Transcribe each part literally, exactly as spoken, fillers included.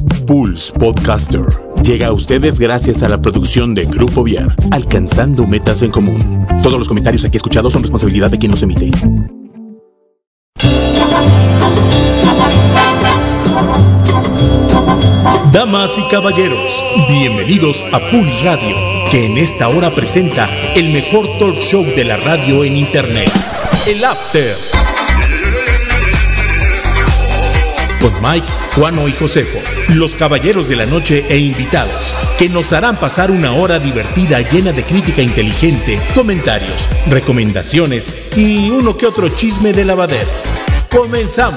Pulse Podcaster llega a ustedes gracias a la producción de Grupo Viar, alcanzando metas en común. Todos los comentarios aquí escuchados son responsabilidad de quien los emite. Damas y caballeros, bienvenidos a Pulse Radio, que en esta hora presenta el mejor talk show de la radio en internet, el After. Con Mike, Juano y Josefo, los caballeros de la noche e invitados, que nos harán pasar una hora divertida llena de crítica inteligente, comentarios, recomendaciones y uno que otro chisme de lavadero. ¡Comenzamos!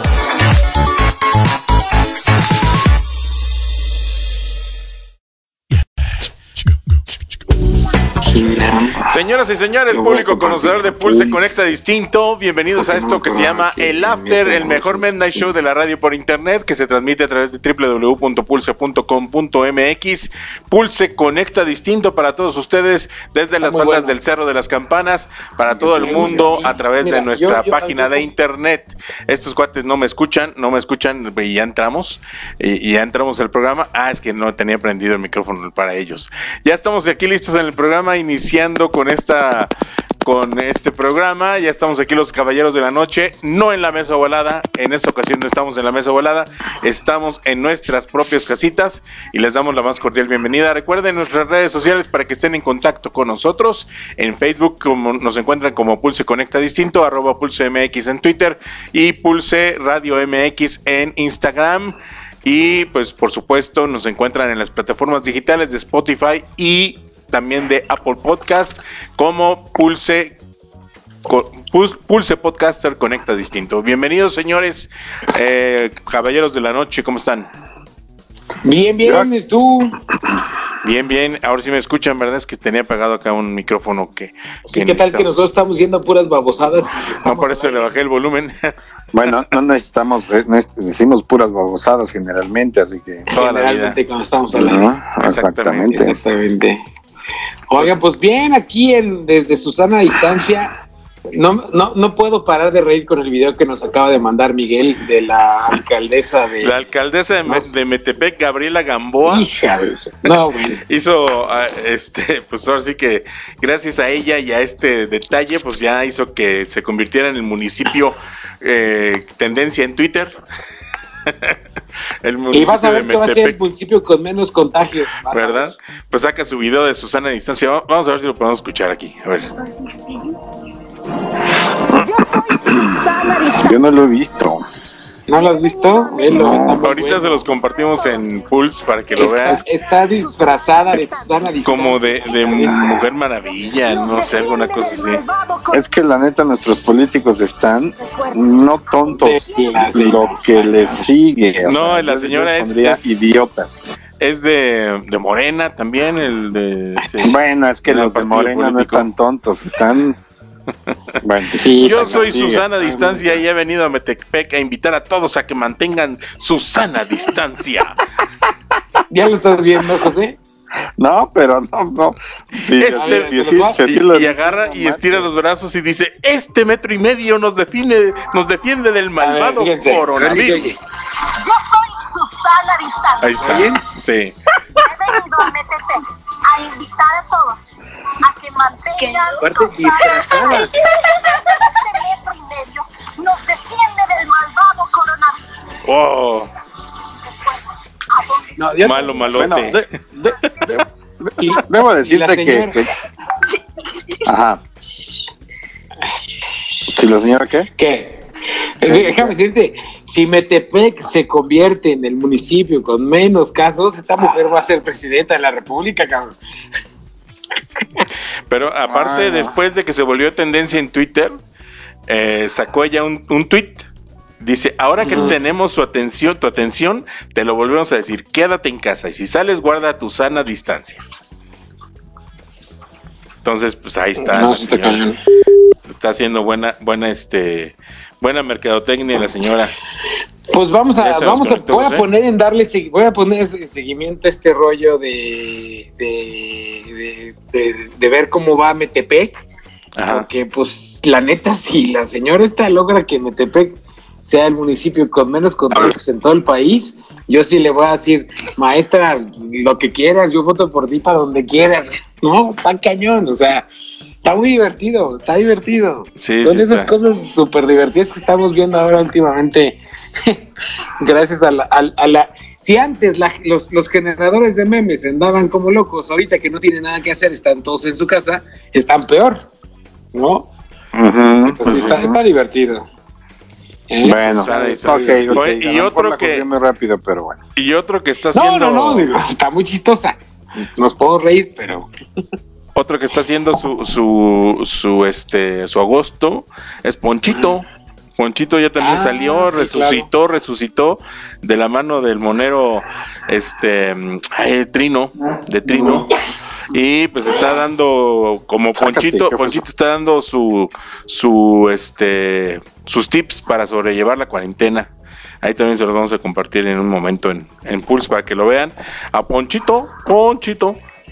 Señoras y señores, público conocedor de Pulse Conecta Distinto, bienvenidos a esto que se llama El After, el mejor midnight show de la radio por internet, que se transmite a través de doble u doble u doble u punto pulse punto com punto eme equis. Pulse Conecta Distinto para todos ustedes, desde las faldas del Cerro de las Campanas, para todo el mundo, a través de nuestra página de internet. Estos cuates no me escuchan, no me escuchan, y ya entramos, y ya entramos al programa. Ah, es que no tenía prendido el micrófono para ellos. Ya estamos aquí listos en el programa, iniciando con esta con este programa. Ya estamos aquí los caballeros de la noche, no en la mesa volada. En esta ocasión no estamos en la mesa volada, estamos en nuestras propias casitas y les damos la más cordial bienvenida. Recuerden nuestras redes sociales para que estén en contacto con nosotros. En Facebook como nos encuentran como Pulse Conecta Distinto, arroba Pulse M X en Twitter y Pulse Radio M X en Instagram. Y pues por supuesto nos encuentran en las plataformas digitales de Spotify y también de Apple Podcast como Pulse Pulse Podcaster Conecta Distinto. Bienvenidos, señores, eh, caballeros de la noche, ¿cómo están? Bien, bien, ¿y tú? Bien, bien, ahora sí me escuchan, ¿verdad? Es que tenía apagado acá un micrófono que... Sí, que ¿qué tal que nosotros estamos yendo puras babosadas? No, por eso le bajé el volumen. Bueno, no necesitamos, no decimos puras babosadas generalmente, así que... Toda la vida. Cuando estamos al aire. Uh-huh, exactamente. Exactamente. Oigan, pues bien, aquí en, desde Susana a distancia, no, no, no puedo parar de reír con el video que nos acaba de mandar Miguel de la alcaldesa de... La alcaldesa de, no, de Metepec, Gabriela Gamboa. Hija de eso. No, güey. Hizo, este, pues ahora sí que gracias a ella y a este detalle, pues ya hizo que se convirtiera en el municipio eh, tendencia en Twitter. El y vas a ver que va a ser el municipio con menos contagios, ¿verdad? Pues saca su video de Susana a distancia. Vamos a ver si lo podemos escuchar aquí. A ver. Yo soy Susana Distancia. Yo no lo he visto. ¿No lo has visto? No. Ahorita bueno. Se los compartimos en Pulse para que lo está, vean. Está disfrazada de Susana Distancia. Como de, de Mujer Maravilla, no sé, alguna cosa así. Es que la neta nuestros políticos están no tontos, lo que les sigue. No, sea, la señora es, es idiotas. Es de, de Morena también, el de... Sí, bueno, es que los de Morena político. No están tontos, están... Bueno, sí, yo soy sigue. Susana a Distancia y he venido a Metepec a invitar a todos a que mantengan su sana distancia. ¿Ya lo estás viendo, José? No, pero no, no. Sí, este, sí, sí, sí, y, y agarra y estira los brazos y dice: este metro y medio nos defiende, nos defiende del malvado ver, fíjense, coronavirus. Yo soy Susana Distancia. Ahí está. ¿Bien? Sí. He venido a Metepec a invitar a todos a que mantengan su sana distancia. Este metro y medio nos defiende del malvado coronavirus. Oh. No, yo, malo, malote. Bueno, de, de, de, de, sí, debo decirte que, que... Ajá. ¿Si la señora qué? ¿Qué? Déjame decirte, si Metepec se convierte en el municipio con menos casos, esta mujer va a ser presidenta de la República, cabrón. Pero aparte, ah, no. Después de que se volvió tendencia en Twitter, eh, sacó ella un, un tweet. Dice: ahora que uh-huh. tenemos su atención, tu atención, te lo volvemos a decir, quédate en casa y si sales guarda tu sana distancia. Entonces, pues ahí está. No, está, está haciendo buena, buena, este, buena mercadotecnia la señora. Pues vamos a, vamos a, voy a poner en darle, voy a poner en seguimiento a este rollo de, de, de, de, de ver cómo va Metepec. Ajá. Porque, pues, la neta, si la señora esta logra que Metepec sea el municipio con menos contagios en todo el país, yo sí le voy a decir, maestra, lo que quieras, yo voto por ti para donde quieras. No, está cañón, o sea, está muy divertido, está divertido. Sí, Son sí esas está. cosas súper divertidas que estamos viendo ahora últimamente, gracias a la... A, a la si antes la, los, los generadores de memes andaban como locos, ahorita que no tienen nada que hacer, están todos en su casa, están peor, ¿no? Uh-huh, Pues sí, uh-huh. está, está divertido. ¿Eh? Bueno, Sana y ok, sana. ok. Oye, y a lo mejor otro la que- juzgué muy rápido, pero bueno. Y otro que está No, haciendo... no, no, digo, está muy chistosa. Nos podemos reír, pero... Otro que está haciendo su, su, su, este, su agosto es Ponchito. Ponchito ya también Ah, salió, sí, resucitó, claro. resucitó de la mano del monero, este, ay, Trino, de Trino. Y pues está dando, como Sácate, Ponchito, ¿qué pasó? Ponchito está dando su, su, este, sus tips para sobrellevar la cuarentena. Ahí también se los vamos a compartir en un momento en, en Pulse para que lo vean. A Ponchito, Ponchito.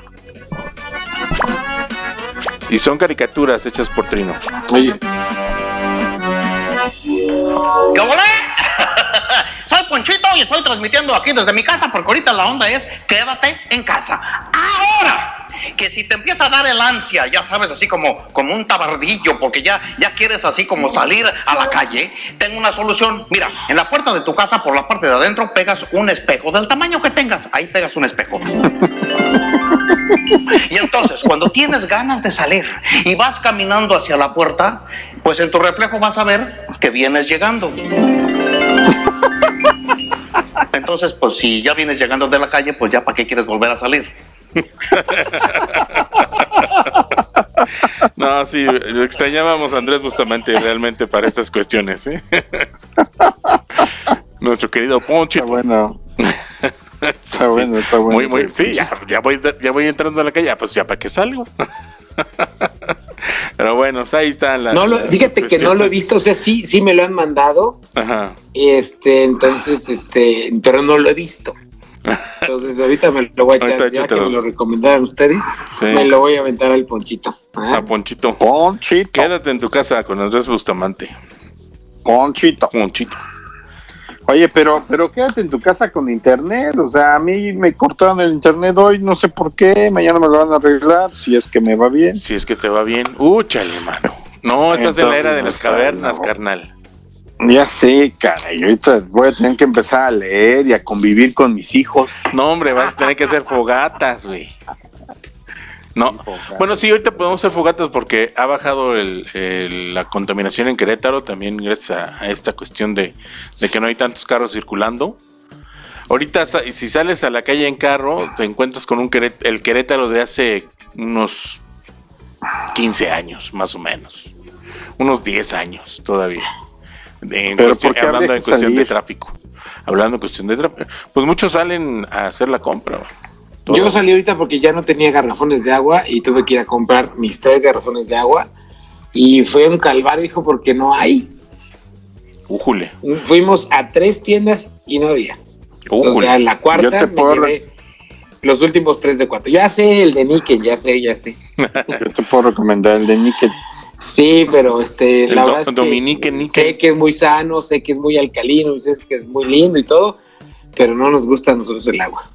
Y son caricaturas hechas por Trino. Oye, ¿Qué volé? Soy Ponchito y estoy transmitiendo aquí desde mi casa porque ahorita la onda es quédate en casa. Ahora, que si te empieza a dar el ansia, ya sabes, así como, como un tabardillo, porque ya, ya quieres así como salir a la calle, tengo una solución. Mira, en la puerta de tu casa, por la parte de adentro, pegas un espejo del tamaño que tengas. Ahí pegas un espejo. Y entonces, cuando tienes ganas de salir y vas caminando hacia la puerta, pues en tu reflejo vas a ver que vienes llegando. Entonces, pues si ya vienes llegando de la calle, pues ya para qué quieres volver a salir. No, sí, lo extrañábamos a Andrés Bustamante realmente para estas cuestiones, ¿eh? Nuestro querido Está Ponchito. bueno. Está Sí, bueno, está bueno. Muy, muy, sí, ya, ya voy, ya voy entrando a la calle, ya, pues ya para qué salgo. Pero bueno, pues ahí están las. no lo, las fíjate que no lo he cuestiones. visto, o sea, sí, sí me lo han mandado, Ajá. este, entonces, este, pero no lo he visto. Entonces ahorita me lo voy a echar, Ahorita ya que échatelo. me lo recomendaron ustedes, Sí. me lo voy a aventar al Ponchito. ¿ah? A Ponchito. Ponchito. Quédate en tu casa con Andrés Bustamante. Ponchito. Ponchito. Oye, pero, pero quédate en tu casa con internet. O sea, a mí me cortaron el internet hoy, no sé por qué. Mañana me lo van a arreglar, si es que me va bien. Si es que te va bien, úchale, mano. No, estás en la era de las Entonces, no cavernas, sé, no. carnal. Ya sé, caray. Ahorita voy a tener que empezar a leer y a convivir con mis hijos. No, hombre, vas a tener que hacer fogatas, güey. No, Sí, fogatas. bueno, sí, ahorita podemos hacer fogatas porque ha bajado el, el- la contaminación en Querétaro, también gracias a, a esta cuestión de, de que no hay tantos carros circulando. Ahorita, sa- si sales a la calle en carro, te encuentras con un Querét- el Querétaro de hace unos quince años, más o menos. Unos diez años todavía. En Pero cuestión- ¿por qué habría hablando que en cuestión de salir? tráfico. Hablando en cuestión de tráfico. Pues muchos salen a hacer la compra. güey. Todo. Yo salí ahorita porque ya no tenía garrafones de agua y tuve que ir a comprar mis tres garrafones de agua y fue un calvario, hijo, porque no hay. Újule, Fuimos a tres tiendas y no había. O újule. sea, la Yo cuarta te me puedo llevé los últimos tres de cuatro. Ya sé, el de Niken, ya sé, ya sé. Yo te puedo recomendar el de Nikkei. Sí, pero este, El la do- verdad es que Dominique Niken. sé que es muy sano, sé que es muy alcalino, sé que es muy lindo y todo, pero no nos gusta a nosotros el agua.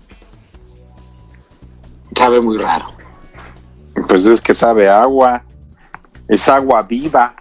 Sabe muy raro. Pues es que sabe a agua. Es agua viva.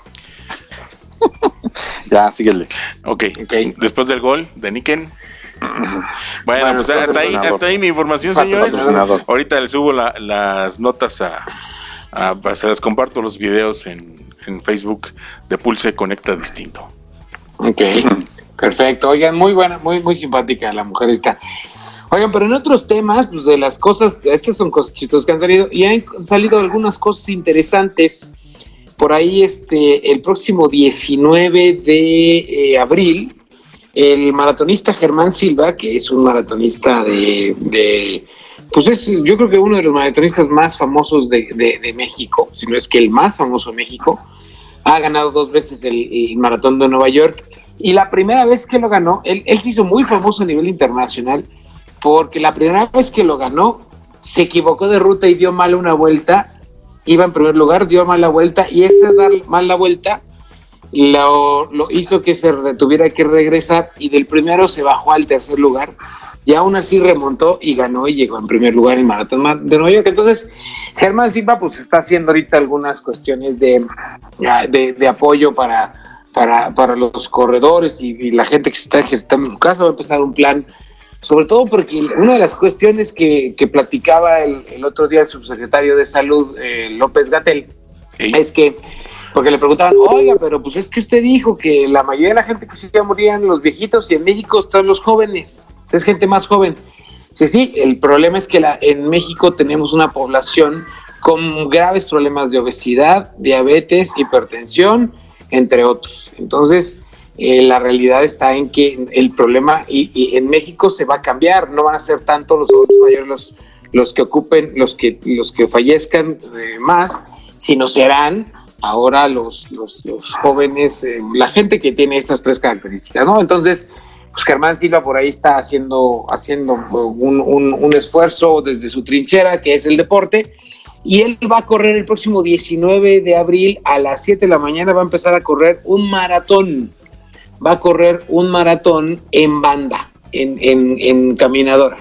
Ya, síguele. Ok, Ok. después del gol de Niken. Bueno, Bueno, pues está hasta ahí, patrocinador. hasta ahí mi información, señores. Patrocinador. Ahorita les subo la- las notas a, a- pues, se las comparto los videos en, en Facebook de Pulse Conecta Distinto. Ok, perfecto. Oigan, muy buena, muy, muy simpática la mujer esta. Oigan, pero en otros temas, pues de las cosas, estas son cosas chistosas que han salido, y han salido algunas cosas interesantes. Por ahí, este, el próximo diecinueve de eh, abril, el maratonista Germán Silva, que es un maratonista de, de, pues es, yo creo que uno de los maratonistas más famosos de, de, de México, si no es que el más famoso de México, ha ganado dos veces el, el maratón de Nueva York, y la primera vez que lo ganó, él, él se hizo muy famoso a nivel internacional, porque la primera vez que lo ganó, se equivocó de ruta y dio mal una vuelta, iba en primer lugar, dio mal la vuelta, y ese dar mal la vuelta lo, lo hizo que se tuviera que regresar y del primero se bajó al tercer lugar y aún así remontó y ganó y llegó en primer lugar en el Maratón de Nueva York. Entonces, Germán Silva pues está haciendo ahorita algunas cuestiones de, de, de apoyo para, para, para los corredores y, y la gente que está gestando en su casa. Va a empezar un plan, sobre todo porque una de las cuestiones que, que platicaba el, el otro día el subsecretario de Salud, eh, López-Gatell, ¿sí? Es que, porque le preguntaban, oiga, pero pues es que usted dijo que la mayoría de la gente que se iba a morir eran los viejitos y en México están los jóvenes, es gente más joven. Sí, sí, el problema es que la, en México tenemos una población con graves problemas de obesidad, diabetes, hipertensión, entre otros. Entonces, eh, la realidad está en que el problema, y, y en México se va a cambiar, no van a ser tanto los adultos mayores los, los que ocupen, los que, los que fallezcan eh, más, sino serán ahora los, los, los jóvenes, eh, la gente que tiene esas tres características, ¿no? Entonces, pues Germán Silva por ahí está haciendo, haciendo un, un, un esfuerzo desde su trinchera, que es el deporte, y él va a correr el próximo diecinueve de abril a las siete de la mañana, va a empezar a correr un maratón, va a correr un maratón en banda, en, en, en caminadora.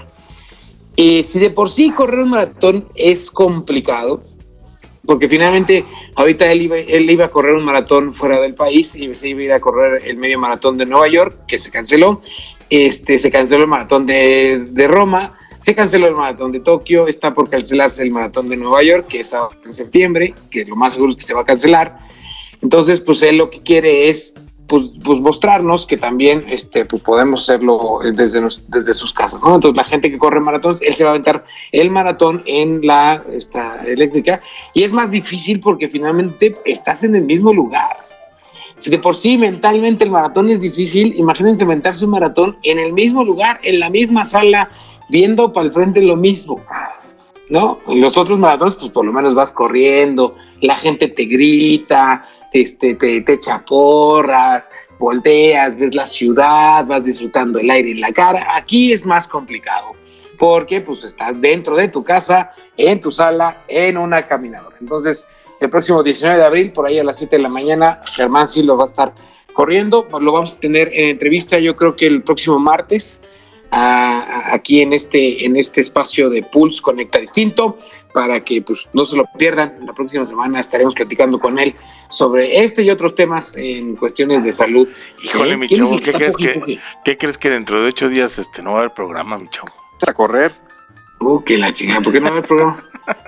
Y si de por sí correr un maratón es complicado, porque finalmente ahorita él iba, él iba a correr un maratón fuera del país y se iba a ir a correr el medio maratón de Nueva York, que se canceló, este, se canceló el maratón de, de Roma, se canceló el maratón de Tokio, está por cancelarse el maratón de Nueva York, que es en septiembre, que lo más seguro es que se va a cancelar. Entonces, pues él lo que quiere es pues, pues mostrarnos que también este, pues podemos hacerlo desde, nos, desde sus casas, ¿no? Entonces la gente que corre maratones, él se va a aventar el maratón en la esta, eléctrica, y es más difícil porque finalmente estás en el mismo lugar. Si de por sí mentalmente el maratón es difícil, imagínense aventarse un maratón en el mismo lugar, en la misma sala, viendo para el frente lo mismo, ¿no? En los otros maratones, pues por lo menos vas corriendo, la gente te grita, Este, te, te echa porras, volteas, ves la ciudad, vas disfrutando el aire en la cara. Aquí es más complicado, porque pues estás dentro de tu casa, en tu sala, en una caminadora. Entonces, el próximo diecinueve de abril, por ahí a las siete de la mañana, Germán sí lo va a estar corriendo. Lo vamos a tener en entrevista, yo creo que el próximo martes, a, a, aquí en este, en este espacio de Pulse Conecta Distinto, para que pues no se lo pierdan. La próxima semana estaremos platicando con él sobre este y otros temas en cuestiones de salud. Híjole, ¿Eh? mi chavo, ¿qué crees que, que, ¿qué crees que dentro de ocho días este no va a haber programa, mi chavo? A correr. Uh, que la chingada, ¿por qué no va a haber programa?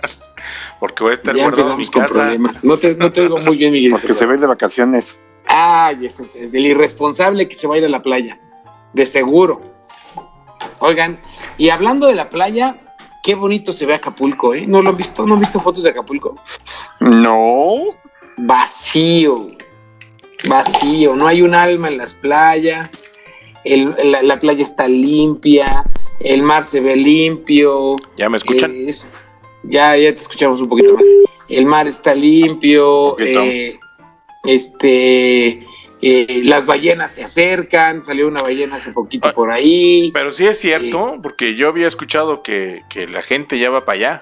Porque voy a estar ya guardado en mi casa. Problemas. No te, no te digo muy bien, Miguel. Porque se va de vacaciones. Ay, este es, es el irresponsable que se va a ir a la playa, de seguro. Oigan, y hablando de la playa, qué bonito se ve Acapulco, ¿eh? ¿No lo han visto? ¿No han visto fotos de Acapulco? No. Vacío, vacío, no hay un alma en las playas, el, la, la playa está limpia, el mar se ve limpio. ¿Ya me escuchan? Eh, es, ya, ya te escuchamos un poquito más. El mar está limpio, eh, este... Eh, las ballenas se acercan, salió una ballena hace poquito ah, por ahí. Pero sí es cierto, eh, porque yo había escuchado que, que la gente ya va para allá.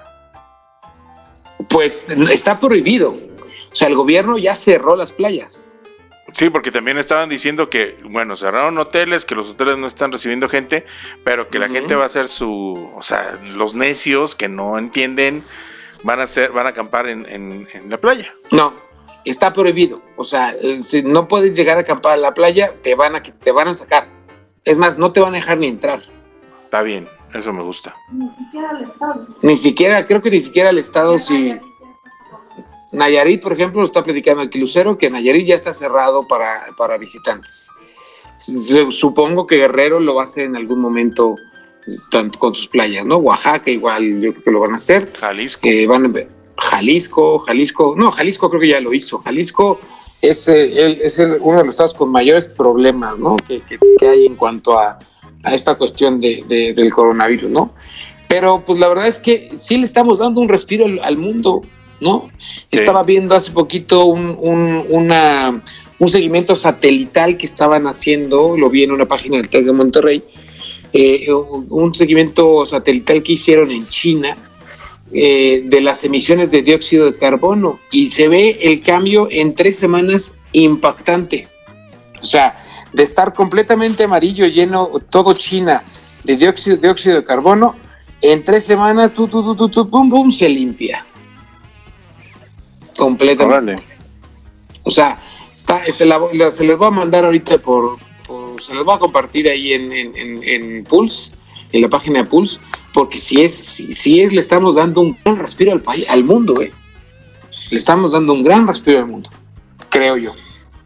Pues está prohibido, o sea, el gobierno ya cerró las playas. Sí, porque también estaban diciendo que, bueno, cerraron hoteles, que los hoteles no están recibiendo gente, pero que la uh-huh. gente va a hacer su, o sea, los necios que no entienden van a hacer, van a acampar en, en, en la playa. No. Está prohibido, o sea, si no puedes llegar a acampar a la playa, te van a te van a sacar. Es más, no te van a dejar ni entrar. Está bien, eso me gusta. Ni siquiera al estado. Ni siquiera, creo que ni siquiera al estado, si Nayarit, por ejemplo, lo está platicando aquí Lucero, que Nayarit ya está cerrado para, para visitantes. Supongo que Guerrero lo va a hacer en algún momento tanto con sus playas, ¿no? Oaxaca igual, yo creo que lo van a hacer. Jalisco. Que van a ver. Jalisco, Jalisco, no, Jalisco creo que ya lo hizo. Jalisco es, el, es el, uno de los estados con mayores problemas, ¿no? Que, que, que hay en cuanto a, a esta cuestión de, de, del coronavirus, ¿no? Pero pues la verdad es que sí le estamos dando un respiro al, al mundo, ¿no? Sí. Estaba viendo hace poquito un, un, una, un seguimiento satelital que estaban haciendo, lo vi en una página del TEC de Monterrey, eh, un seguimiento satelital que hicieron en China, Eh, de las emisiones de dióxido de carbono, y se ve el cambio en tres semanas impactante. O sea, de estar completamente amarillo, lleno, todo China de dióxido, dióxido de carbono, en tres semanas, tu, tu, tu, tu, tu, pum, pum, se limpia. Completamente. Órale. O sea, está, este, la, la, se les va a mandar ahorita por, por se les va a compartir ahí en, en, en, en Pulse, en la página de Pulse, porque si es, si, si es, le estamos dando un gran respiro al país, al mundo, eh. Le estamos dando un gran respiro al mundo, creo yo.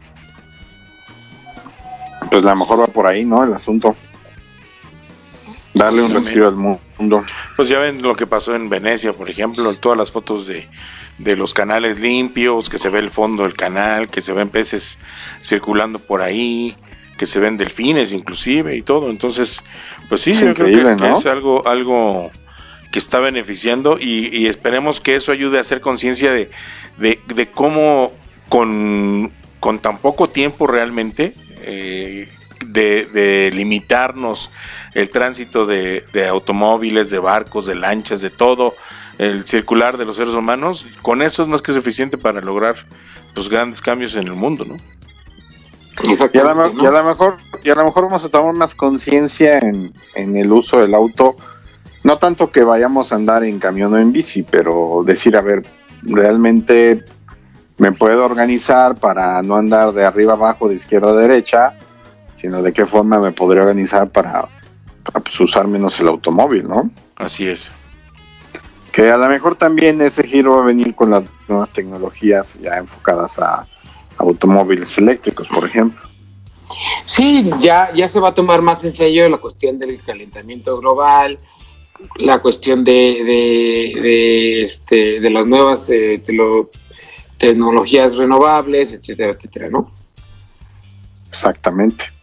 Pues a lo mejor va por ahí, ¿no? El asunto. Darle un respiro al mundo. Pues ya ven lo que pasó en Venecia, por ejemplo, todas las fotos de, de los canales limpios, que se ve el fondo del canal, que se ven peces circulando por ahí, que se ven delfines inclusive y todo. Entonces, pues sí, es yo creo que, ¿no? que es algo, algo que está beneficiando y, y esperemos que eso ayude a hacer conciencia de, de, de cómo con, con tan poco tiempo realmente eh, de, de limitarnos el tránsito de, de automóviles, de barcos, de lanchas, de todo, el circular de los seres humanos, con eso es más que suficiente para lograr los grandes cambios en el mundo, ¿no? Y a, la, y a lo mejor y a lo mejor vamos a tomar más conciencia en, en el uso del auto, no tanto que vayamos a andar en camión o en bici, pero decir, a ver, realmente me puedo organizar para no andar de arriba abajo, de izquierda a derecha, sino de qué forma me podría organizar para, para pues, usar menos el automóvil, ¿no? Así es. Que a lo mejor también ese giro va a venir con las nuevas tecnologías ya enfocadas a automóviles eléctricos, por ejemplo. Sí, ya, ya se va a tomar más en serio la cuestión del calentamiento global, la cuestión de, de, de, este, de las nuevas eh, telo, tecnologías renovables, etcétera, etcétera, ¿no? Exactamente.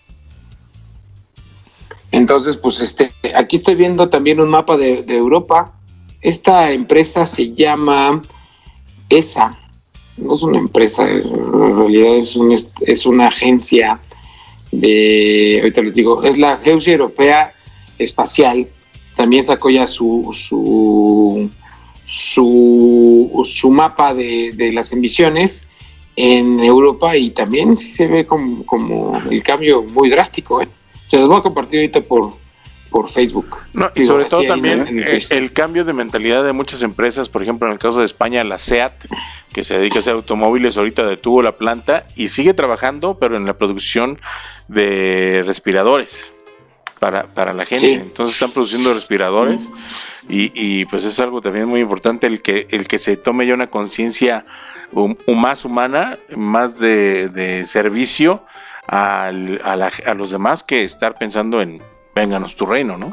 Entonces, pues este, aquí estoy viendo también un mapa de, de Europa. Esta empresa se llama E S A. No es una empresa, en realidad es, un, es una agencia de, ahorita les digo, es la Agencia Europea Espacial. También sacó ya su su su, su mapa de, de las emisiones en Europa y también sí se ve como, como el cambio muy drástico, ¿eh? Se los voy a compartir ahorita por, por Facebook. No, y Digo, sobre todo también en, en el, el cambio de mentalidad de muchas empresas, por ejemplo en el caso de España, la SEAT, que se dedica a hacer automóviles, ahorita detuvo la planta y sigue trabajando, pero en la producción de respiradores para, para la gente. Sí. Entonces están produciendo respiradores mm. y, y pues es algo también muy importante el que, el que se tome ya una conciencia um, más humana, más de, de servicio al, a, la, a los demás que estar pensando en vénganos tu reino, ¿no?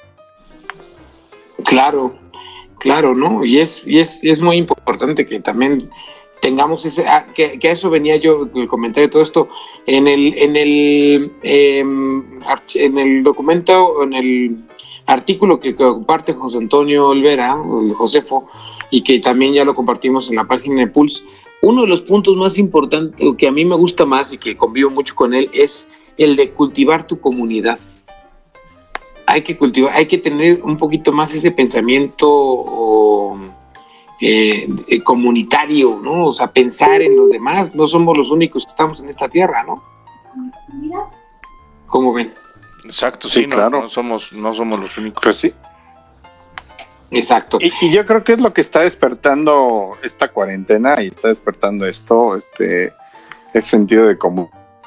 Claro, claro, ¿no? Y es, y es, y es muy importante que también tengamos ese, ah, que, que a eso venía yo, el comentario de todo esto, en el, en el, eh, en el documento, en el artículo que comparte José Antonio Olvera, el Josefo, y que también ya lo compartimos en la página de Pulse. Uno de los puntos más importantes, que a mí me gusta más y que convivo mucho con él, es el de cultivar tu comunidad. Hay que cultivar, hay que tener un poquito más ese pensamiento o, eh, comunitario, ¿no? O sea, pensar en los demás, no somos los únicos que estamos en esta tierra, ¿no? ¿Cómo ven? Exacto, sí, sí no, claro. no somos, no somos los únicos. Pues sí. Exacto. Y, y yo creo que es lo que está despertando esta cuarentena y está despertando esto, este, ese sentido de común.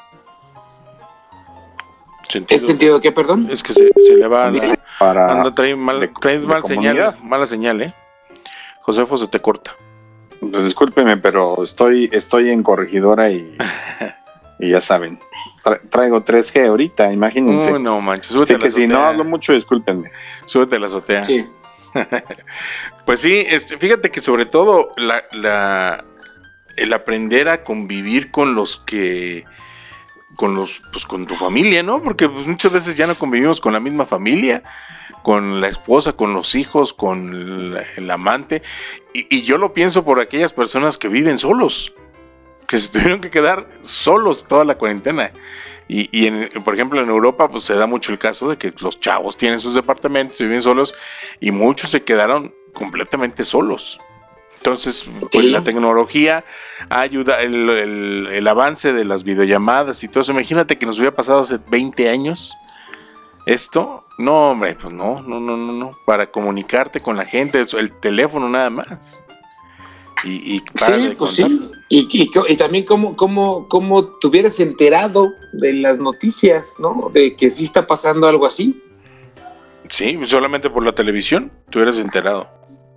Sentido, ¿Es sentido de qué, perdón? Es que se, se le va a la, para anda, trae mal, de, traes mal señal, mala señal, ¿eh? Josefo, se te corta. Pues discúlpeme, pero estoy, estoy en corregidora y, y ya saben, tra, traigo tres G ahorita, imagínense. Uy, no manches, súbete a la azotea. Si no hablo mucho, discúlpenme. Súbete a la azotea. Sí. Pues sí, este, fíjate que sobre todo la, la, el aprender a convivir con los que, con los, pues con tu familia, ¿no? Porque pues, muchas veces ya no convivimos con la misma familia, con la esposa, con los hijos, con la, el amante, y, y yo lo pienso por aquellas personas que viven solos, que se tuvieron que quedar solos toda la cuarentena. Y, y en, por ejemplo en Europa pues se da mucho el caso de que los chavos tienen sus departamentos, viven solos y muchos se quedaron completamente solos. Entonces, pues sí. La tecnología ayuda, el, el, el avance de las videollamadas y todo eso. Imagínate que nos hubiera pasado hace veinte años esto. No, hombre, pues no, no, no, no, no. Para comunicarte con la gente, el teléfono nada más. Y, y para sí, de pues sí. Y, y, y también cómo, cómo, cómo te hubieras enterado de las noticias, ¿no? De que sí está pasando algo así. Sí, solamente por la televisión te hubieras enterado.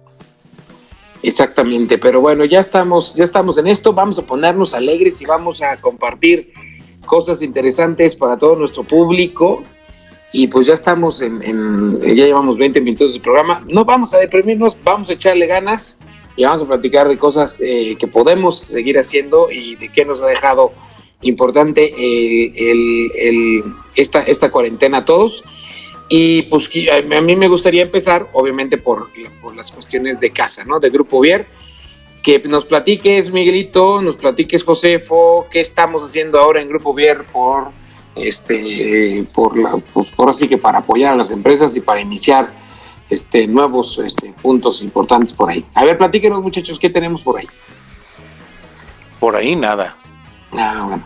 Exactamente, pero bueno, ya estamos, ya estamos en esto, vamos a ponernos alegres y vamos a compartir cosas interesantes para todo nuestro público. Y pues ya estamos en, en ya llevamos veinte minutos de programa. No vamos a deprimirnos, vamos a echarle ganas y vamos a platicar de cosas eh, que podemos seguir haciendo y de qué nos ha dejado importante eh, el, el, esta, esta cuarentena a todos. Y pues a mí me gustaría empezar, obviamente, por, por las cuestiones de casa, ¿no? De Grupo Vier. Que nos platiques, Miguelito, nos platiques, Josefo, qué estamos haciendo ahora en Grupo Vier por, este, por, la, pues por así que para apoyar a las empresas y para iniciar este, nuevos este, puntos importantes por ahí. A ver, platíquenos, muchachos, ¿qué tenemos por ahí? Por ahí nada. Ah, bueno.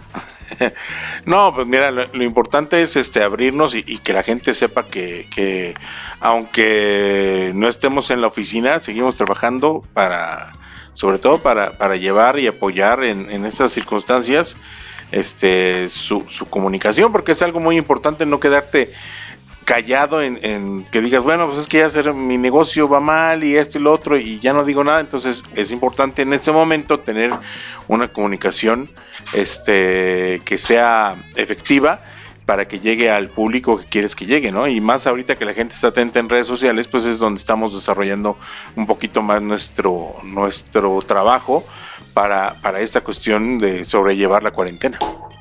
No, pues mira, lo, lo importante es este abrirnos y, y que la gente sepa que, que aunque no estemos en la oficina, seguimos trabajando para, sobre todo para, para llevar y apoyar en, en estas circunstancias este su, su comunicación, porque es algo muy importante no quedarte callado en, en que digas, bueno, pues es que ya hacer, mi negocio va mal y esto y lo otro y ya no digo nada. Entonces es importante en este momento tener una comunicación este que sea efectiva para que llegue al público que quieres que llegue, ¿no? Y más ahorita que la gente está atenta en redes sociales, pues es donde estamos desarrollando un poquito más nuestro nuestro trabajo para, para esta cuestión de sobrellevar la cuarentena.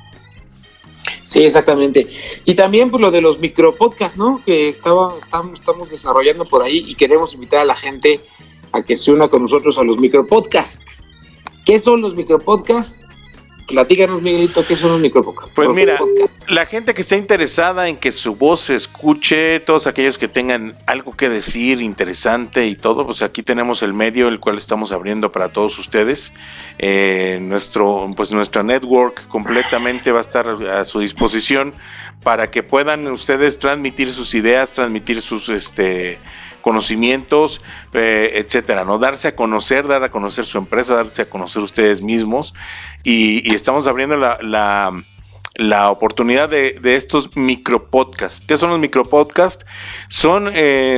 Sí, exactamente. Y también por lo de los micropodcasts, ¿no? Que estaba, estamos, estamos desarrollando por ahí y queremos invitar a la gente a que se una con nosotros a los micropodcasts. ¿Qué son los micropodcasts? Platícanos, Miguelito, ¿qué son los micropodcasts? Pues mira, la gente que esté interesada en que su voz se escuche, todos aquellos que tengan algo que decir interesante y todo, pues aquí tenemos el medio el cual estamos abriendo para todos ustedes. Eh, nuestro, pues nuestra network completamente va a estar a su disposición para que puedan ustedes transmitir sus ideas, transmitir sus este conocimientos, eh, etcétera, ¿no? Darse a conocer, dar a conocer su empresa, darse a conocer ustedes mismos y, y estamos abriendo la, la, la oportunidad de, de estos micropodcasts. ¿Qué son los micropodcasts? Son eh,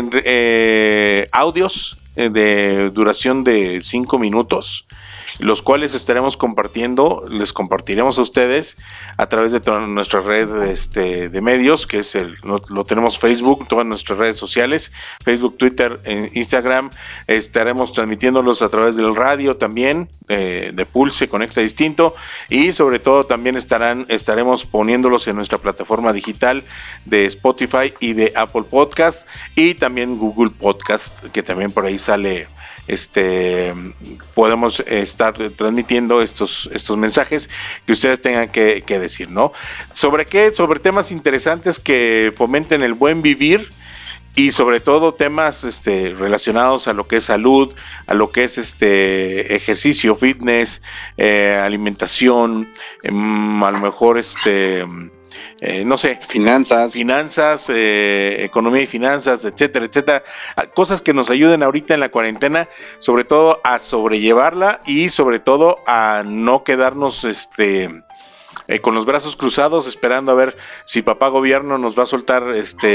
eh, audios eh, de duración de cinco minutos, los cuales estaremos compartiendo, les compartiremos a ustedes a través de toda nuestra red este, de medios, que es el, lo, lo tenemos Facebook, todas nuestras redes sociales, Facebook, Twitter, Instagram, estaremos transmitiéndolos a través del radio también, eh, de Pulse, Conecta Distinto, y sobre todo también estarán, estaremos poniéndolos en nuestra plataforma digital de Spotify y de Apple Podcast, y también Google Podcast, que también por ahí sale. Este podemos estar transmitiendo estos estos mensajes que ustedes tengan que, que decir, ¿no? ¿Sobre qué? Sobre temas interesantes que fomenten el buen vivir y sobre todo temas este relacionados a lo que es salud, a lo que es este ejercicio, fitness, eh, alimentación, eh, a lo mejor este Eh, no sé, finanzas, finanzas, eh, economía y finanzas, etcétera, etcétera, cosas que nos ayuden ahorita en la cuarentena, sobre todo a sobrellevarla y sobre todo a no quedarnos este eh, con los brazos cruzados esperando a ver si papá gobierno nos va a soltar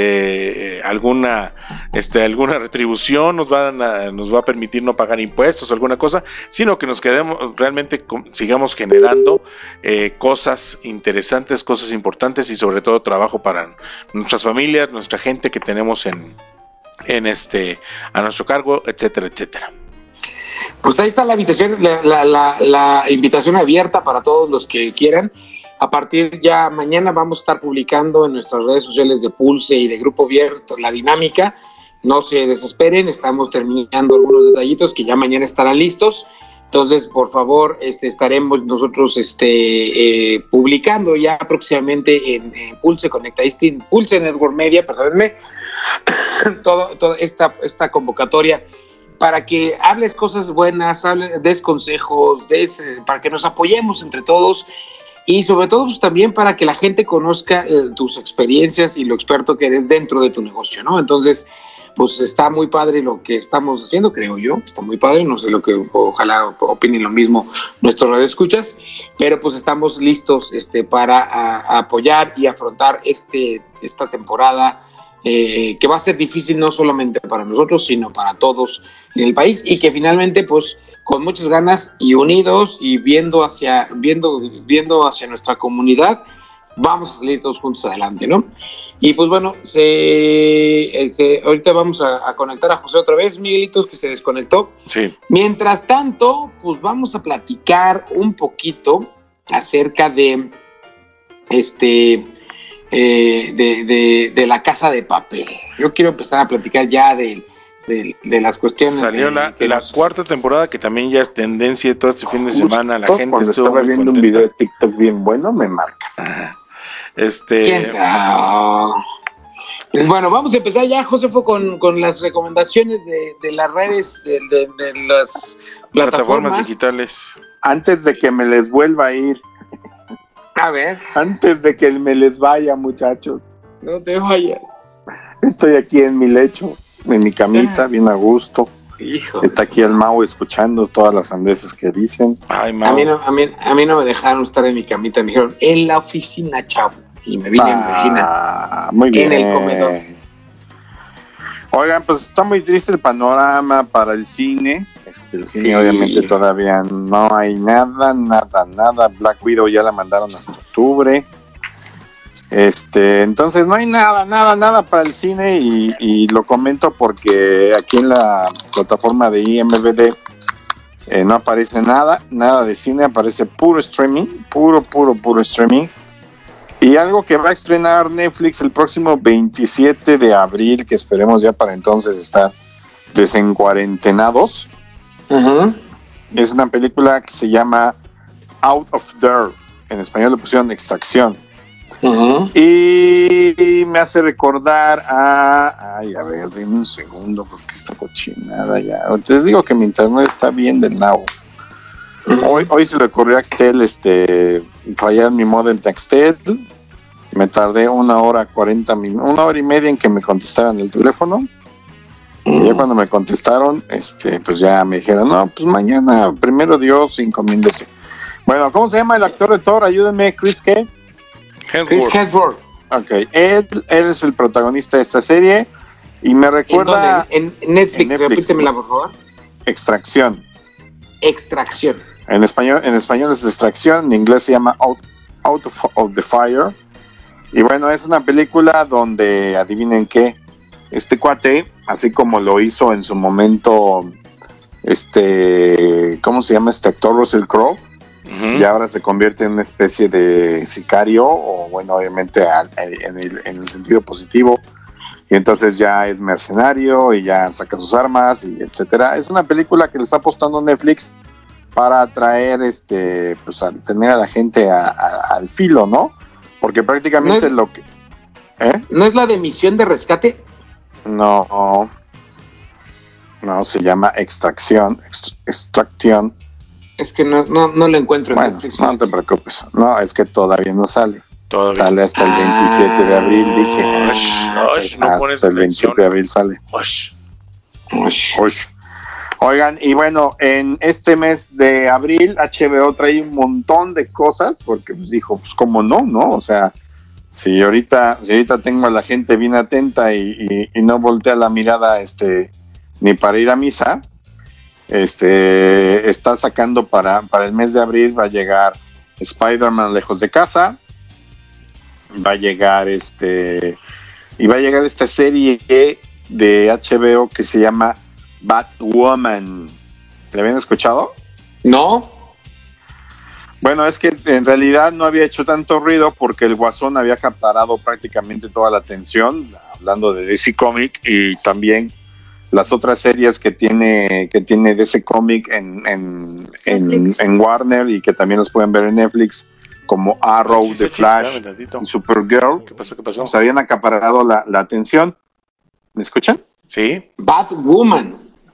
este eh, alguna este alguna retribución, nos va a, nos va a permitir no pagar impuestos o alguna cosa, sino que nos quedemos realmente con, sigamos generando eh, cosas interesantes, cosas importantes y sobre todo trabajo para nuestras familias, nuestra gente que tenemos en en este a nuestro cargo, etcétera, etcétera. Pues ahí está la invitación, la, la, la, la invitación abierta para todos los que quieran. A partir ya mañana vamos a estar publicando en nuestras redes sociales de Pulse y de Grupo Vier la dinámica. No se desesperen, estamos terminando algunos detallitos que ya mañana estarán listos. Entonces, por favor, este, estaremos nosotros este, eh, publicando ya próximamente en, en Pulse Conecta Distinto, Pulse Network Media, perdónenme, todo, toda esta, esta convocatoria para que hables cosas buenas, hables, des consejos, des, eh, para que nos apoyemos entre todos y sobre todo pues, también para que la gente conozca eh, tus experiencias y lo experto que eres dentro de tu negocio, ¿no? Entonces, pues está muy padre lo que estamos haciendo, creo yo, está muy padre, no sé lo que, ojalá opinen lo mismo nuestros radioescuchas, pero pues estamos listos este, para a, a apoyar y afrontar este, esta temporada eh, que va a ser difícil no solamente para nosotros, sino para todos en el país y que finalmente pues con muchas ganas y unidos y viendo hacia, viendo, viendo hacia nuestra comunidad, vamos a salir todos juntos adelante, ¿no? Y pues bueno, se, se, ahorita vamos a, a conectar a José otra vez, Miguelito, que se desconectó. Sí. Mientras tanto, pues vamos a platicar un poquito acerca de este eh, de, de, de La Casa de Papel. Yo quiero empezar a platicar ya de, de, de las cuestiones. Salió de, la, de la los... cuarta temporada, que también ya es tendencia todo este fin de semana. La gente cuando estuvo estaba muy viendo contenta. un video de TikTok bien bueno, me marca. Este. ¿Quién? Oh. Bueno, vamos a empezar ya, Josefo, con, con las recomendaciones de, de las redes, de, de, de las plataformas. plataformas digitales. Antes de que me les vuelva a ir. A ver. Antes de que me les vaya, muchachos. No te vayas. Estoy aquí en mi lecho, en mi camita, bien a gusto. Hijo. Está aquí el Mau escuchando todas las sandeces que dicen. Ay, Mau. A mí, no, a, mí, a mí no me dejaron estar en mi camita, me dijeron, en la oficina, chavo. Y me vine ah, en la oficina. Muy bien. En el comedor. Oigan, pues está muy triste el panorama para el cine. Este, el cine sí. Obviamente todavía no hay nada, nada, nada. Black Widow ya la mandaron hasta octubre. Este, entonces no hay nada, nada, nada para el cine y, y lo comento porque aquí en la plataforma de I M D B eh, no aparece nada, nada de cine, aparece puro streaming, puro, puro, puro streaming. Y algo que va a estrenar Netflix el próximo veintisiete de abril, que esperemos ya para entonces estar desencuarentenados. Uh-huh. Es una película que se llama Out of There, en español le pusieron Extracción. Uh-huh. Y, y me hace recordar a... Ay, a ver, denme un segundo porque esta cochinada ya... Les digo que mi internet está bien del nabo. Uh-huh. Hoy, hoy se le ocurrió a Axtel este, fallar mi modem de Axtel. Me tardé una hora, cuarenta minutos, una hora y media en que me contestaran el teléfono. Uh-huh. Y ya cuando me contestaron, este, pues ya me dijeron, no, pues mañana, primero Dios, encomiéndese. Bueno, ¿cómo se llama el actor de Thor? Ayúdenme, Chris, ¿qué? Chris Hemsworth. Ok, él, él es el protagonista de esta serie y me recuerda... ¿En, en Netflix? En Netflix, repítemela, por favor. Extracción. Extracción. En español, en español es Extracción, en inglés se llama Out, Out of, of the Fire. Y bueno, es una película donde, adivinen qué, este cuate, así como lo hizo en su momento, este, ¿cómo se llama este actor? Russell Crowe. Uh-huh. Y ahora se convierte en una especie de sicario, o bueno, obviamente a, a, en, el, en el sentido positivo, y entonces ya es mercenario y ya saca sus armas y etcétera. Es una película que le está apostando Netflix para atraer, este, pues a tener a la gente a, a, al filo, ¿no? Porque prácticamente ¿No es, lo que... ¿eh? ¿No es la de Misión de Rescate? No, no, se llama Extracción, ext, Extracción. Es que no, no, no lo encuentro en bueno, Netflix. No te preocupes. No, es que todavía no sale. Todavía. Sale hasta el veintisiete de abril, dije. Ush, ush, no hasta el veintisiete de abril sale. Ush. Ush. Ush. Oigan, y bueno, en este mes de abril, H B O trae un montón de cosas, porque pues dijo, pues cómo no, ¿no? O sea, si ahorita, si ahorita tengo a la gente bien atenta y, y, y no voltea la mirada, este, ni para ir a misa, Este está sacando para, para el mes de abril, va a llegar Spider-Man Lejos de Casa, va a llegar este y va a llegar esta serie de H B O que se llama Batwoman. ¿Le habían escuchado? No. Bueno, es que en realidad no había hecho tanto ruido porque el Guasón había acaparado prácticamente toda la atención, hablando de D C Comic, y también las otras series que tiene que tiene D C Comic en, en, en, en Warner y que también los pueden ver en Netflix, como Arrow, The Flash y Supergirl. ¿Qué pasó? ¿Qué pasó? Se habían acaparado la, la atención. ¿Me escuchan? Sí. Batwoman.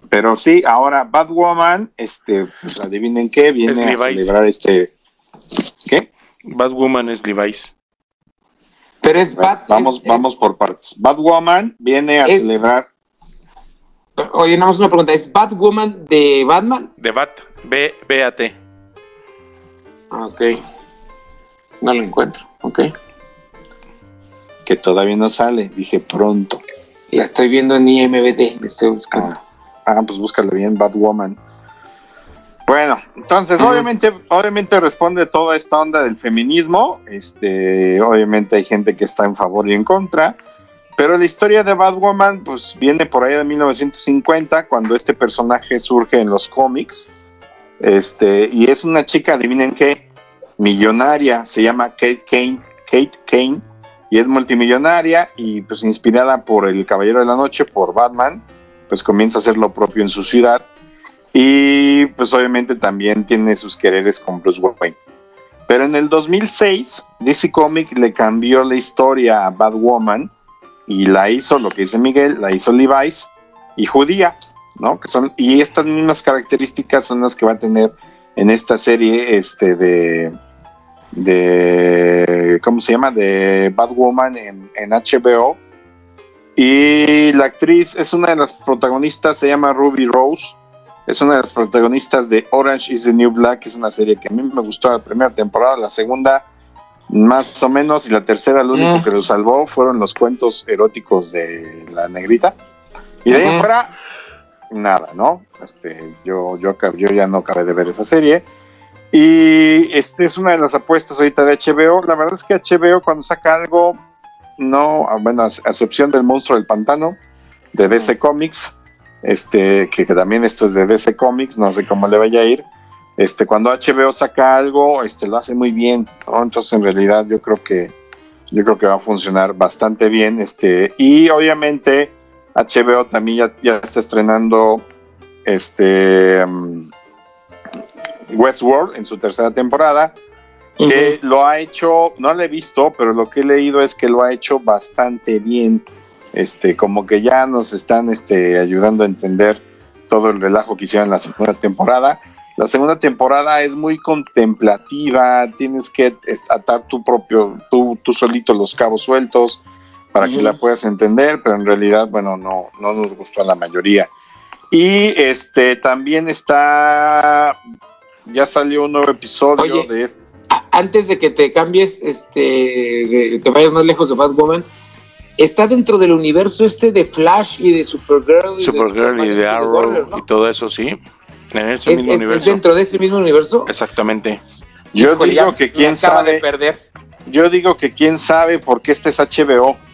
Pero sí, ahora Batwoman, este, pues adivinen qué, viene Es a Levi's. celebrar este, ¿qué? Batwoman es Levi's. Pero es Bueno, Bat. vamos, es, vamos es, por partes. Batwoman viene a es, celebrar. Oye, nada más una pregunta, ¿es Batwoman de Batman? De Bat, B, B A T. Ah, ok. No lo encuentro, ok. Que todavía no sale, dije pronto. La estoy viendo en I M D B, la estoy buscando. Ah, ah, pues búscalo bien, Batwoman. Bueno, entonces, Ujú. obviamente, obviamente responde toda esta onda del feminismo. Este, obviamente hay gente que está en favor y en contra. Pero la historia de Batwoman, pues viene por ahí de mil novecientos cincuenta, cuando este personaje surge en los cómics. Este, y es una chica, adivinen qué, millonaria, se llama Kate Kane, Kate Kane, y es multimillonaria, y pues inspirada por el Caballero de la Noche, por Batman, pues comienza a hacer lo propio en su ciudad. Y pues obviamente también tiene sus quereres con Bruce Wayne. Pero en el dos mil seis, D C Comics le cambió la historia a Batwoman y la hizo, lo que dice Miguel, la hizo Levi's y judía, ¿no? Que son, y estas mismas características son las que va a tener en esta serie este de, de ¿cómo se llama? De Batwoman en, en H B O. Y la actriz es una de las protagonistas, se llama Ruby Rose. Es una de las protagonistas de Orange is the New Black, que es una serie que a mí me gustó la primera temporada, la segunda más o menos, y la tercera lo único Mm. que lo salvó fueron los cuentos eróticos de la negrita. Y de ahí en Ujú. fuera, nada, ¿no? Este, yo, yo, acab- yo ya no acabé de ver esa serie. Y este es una de las apuestas ahorita de H B O. La verdad es que H B O cuando saca algo, no, bueno, a excepción del Monstruo del Pantano, de D C Comics, este, que, que también esto es de D C Comics, no sé cómo le vaya a ir. Este, cuando H B O saca algo, este, lo hace muy bien, ¿no? Entonces en realidad yo creo que yo creo que va a funcionar bastante bien, este, y obviamente H B O también ya, ya está estrenando este um, Westworld en su tercera temporada, Ujú. que lo ha hecho, no lo he visto, pero lo que he leído es que lo ha hecho bastante bien. Este, como que ya nos están este, ayudando a entender todo el relajo que hicieron en la segunda temporada. La segunda temporada es muy contemplativa, tienes que atar tu propio, tú, tú solito los cabos sueltos para Ujú. que la puedas entender, pero en realidad, bueno, no, no nos gustó a la mayoría. Y este también está, ya salió un nuevo episodio Oye, de este. a- antes de que te cambies, este, de, te vayas más lejos de Batwoman, está dentro del universo este de Flash y de Supergirl y Supergirl de, y Superman, de este Arrow Warner, ¿no? y todo eso, sí. En ese ¿Es, mismo es- es universo. dentro de ese mismo universo? Exactamente. Yo Híjole, digo ya que me quién acaba de sabe, perder. yo digo que quién sabe porque este es H B O.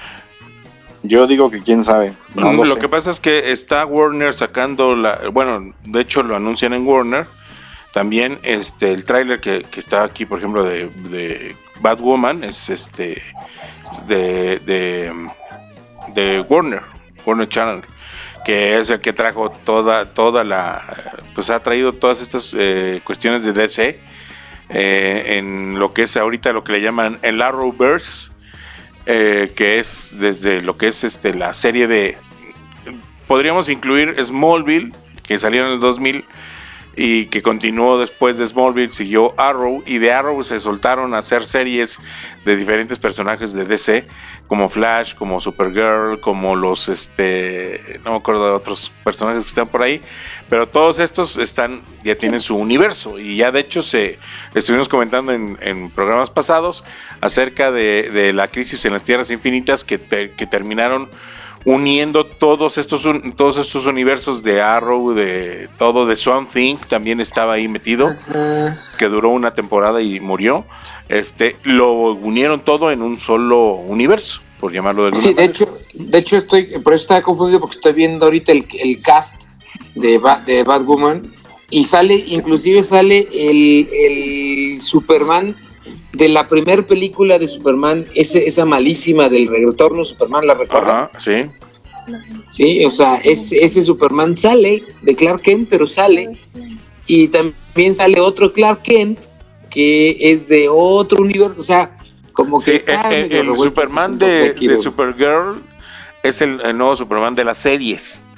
Yo digo que quién sabe. No Mm, lo lo sé. que pasa es que está Warner sacando la, bueno, de hecho lo anuncian en Warner. También este el tráiler que, que está aquí, por ejemplo, de, de Batwoman es este de, de de Warner, Warner Channel, que es el que trajo toda toda la, pues ha traído todas estas eh, cuestiones de D C eh, en lo que es ahorita lo que le llaman el Arrowverse, eh, que es desde lo que es este la serie de, podríamos incluir Smallville, que salió en el dos mil y que continuó después de Smallville, siguió Arrow, y de Arrow se soltaron a hacer series de diferentes personajes de D C, como Flash, como Supergirl, como los, este, no me acuerdo de otros personajes que están por ahí, pero todos estos están, ya tienen su universo, y ya de hecho se estuvimos comentando en, en programas pasados acerca de, de la crisis en las Tierras Infinitas, que, te, que terminaron uniendo todos estos todos estos universos de Arrow, de todo, de Swamp Thing también estaba ahí metido, Ajá. que duró una temporada y murió. Este, lo unieron todo en un solo universo, por llamarlo de alguna Sí, de manera. hecho, de hecho estoy, por eso estaba confundido porque estoy viendo ahorita el, el cast de, Ba- de Batwoman y sale, inclusive sale el, el Superman de la primera película de Superman, ese, esa malísima del retorno Superman, ¿la recuerda? Ajá, sí. Sí, o sea, ese, ese Superman sale de Clark Kent, pero sale, y también sale otro Clark Kent que es de otro universo, o sea, como que Sí, está eh, eh, medio el revuelto Superman ese asunto, de, aquí, de ¿no? Supergirl es el, el nuevo Superman de las series.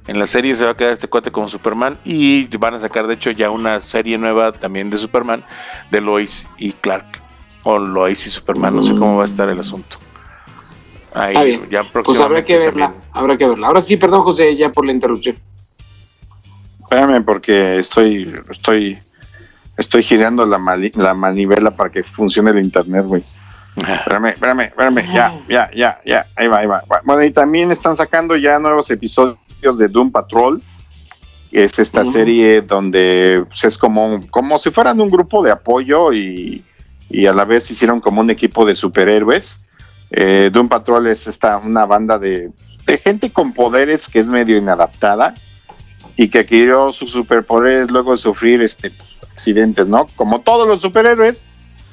En la serie se va a quedar este cuate como Superman y van a sacar de hecho ya una serie nueva también de Superman, de Lois y Clark, o Lois y Superman, no sé cómo va a estar el asunto. Ahí, Está bien, ya pues habrá que verla, también. habrá que verla. Ahora sí, perdón José, ya por la interrupción. Espérame porque estoy, estoy, estoy girando la, mali, la manivela para que funcione el internet, güey. Espérame, espérame, espérame, ya, ya, ya, ya, ahí va, ahí va. Bueno, y también están sacando ya nuevos episodios de Doom Patrol, que es esta uh-huh. serie donde pues, es como, como si fueran un grupo de apoyo y, y a la vez hicieron como un equipo de superhéroes. Eh, Doom Patrol es esta, una banda de, de gente con poderes que es medio inadaptada y que adquirió sus superpoderes luego de sufrir este, pues, accidentes, ¿no? Como todos los superhéroes,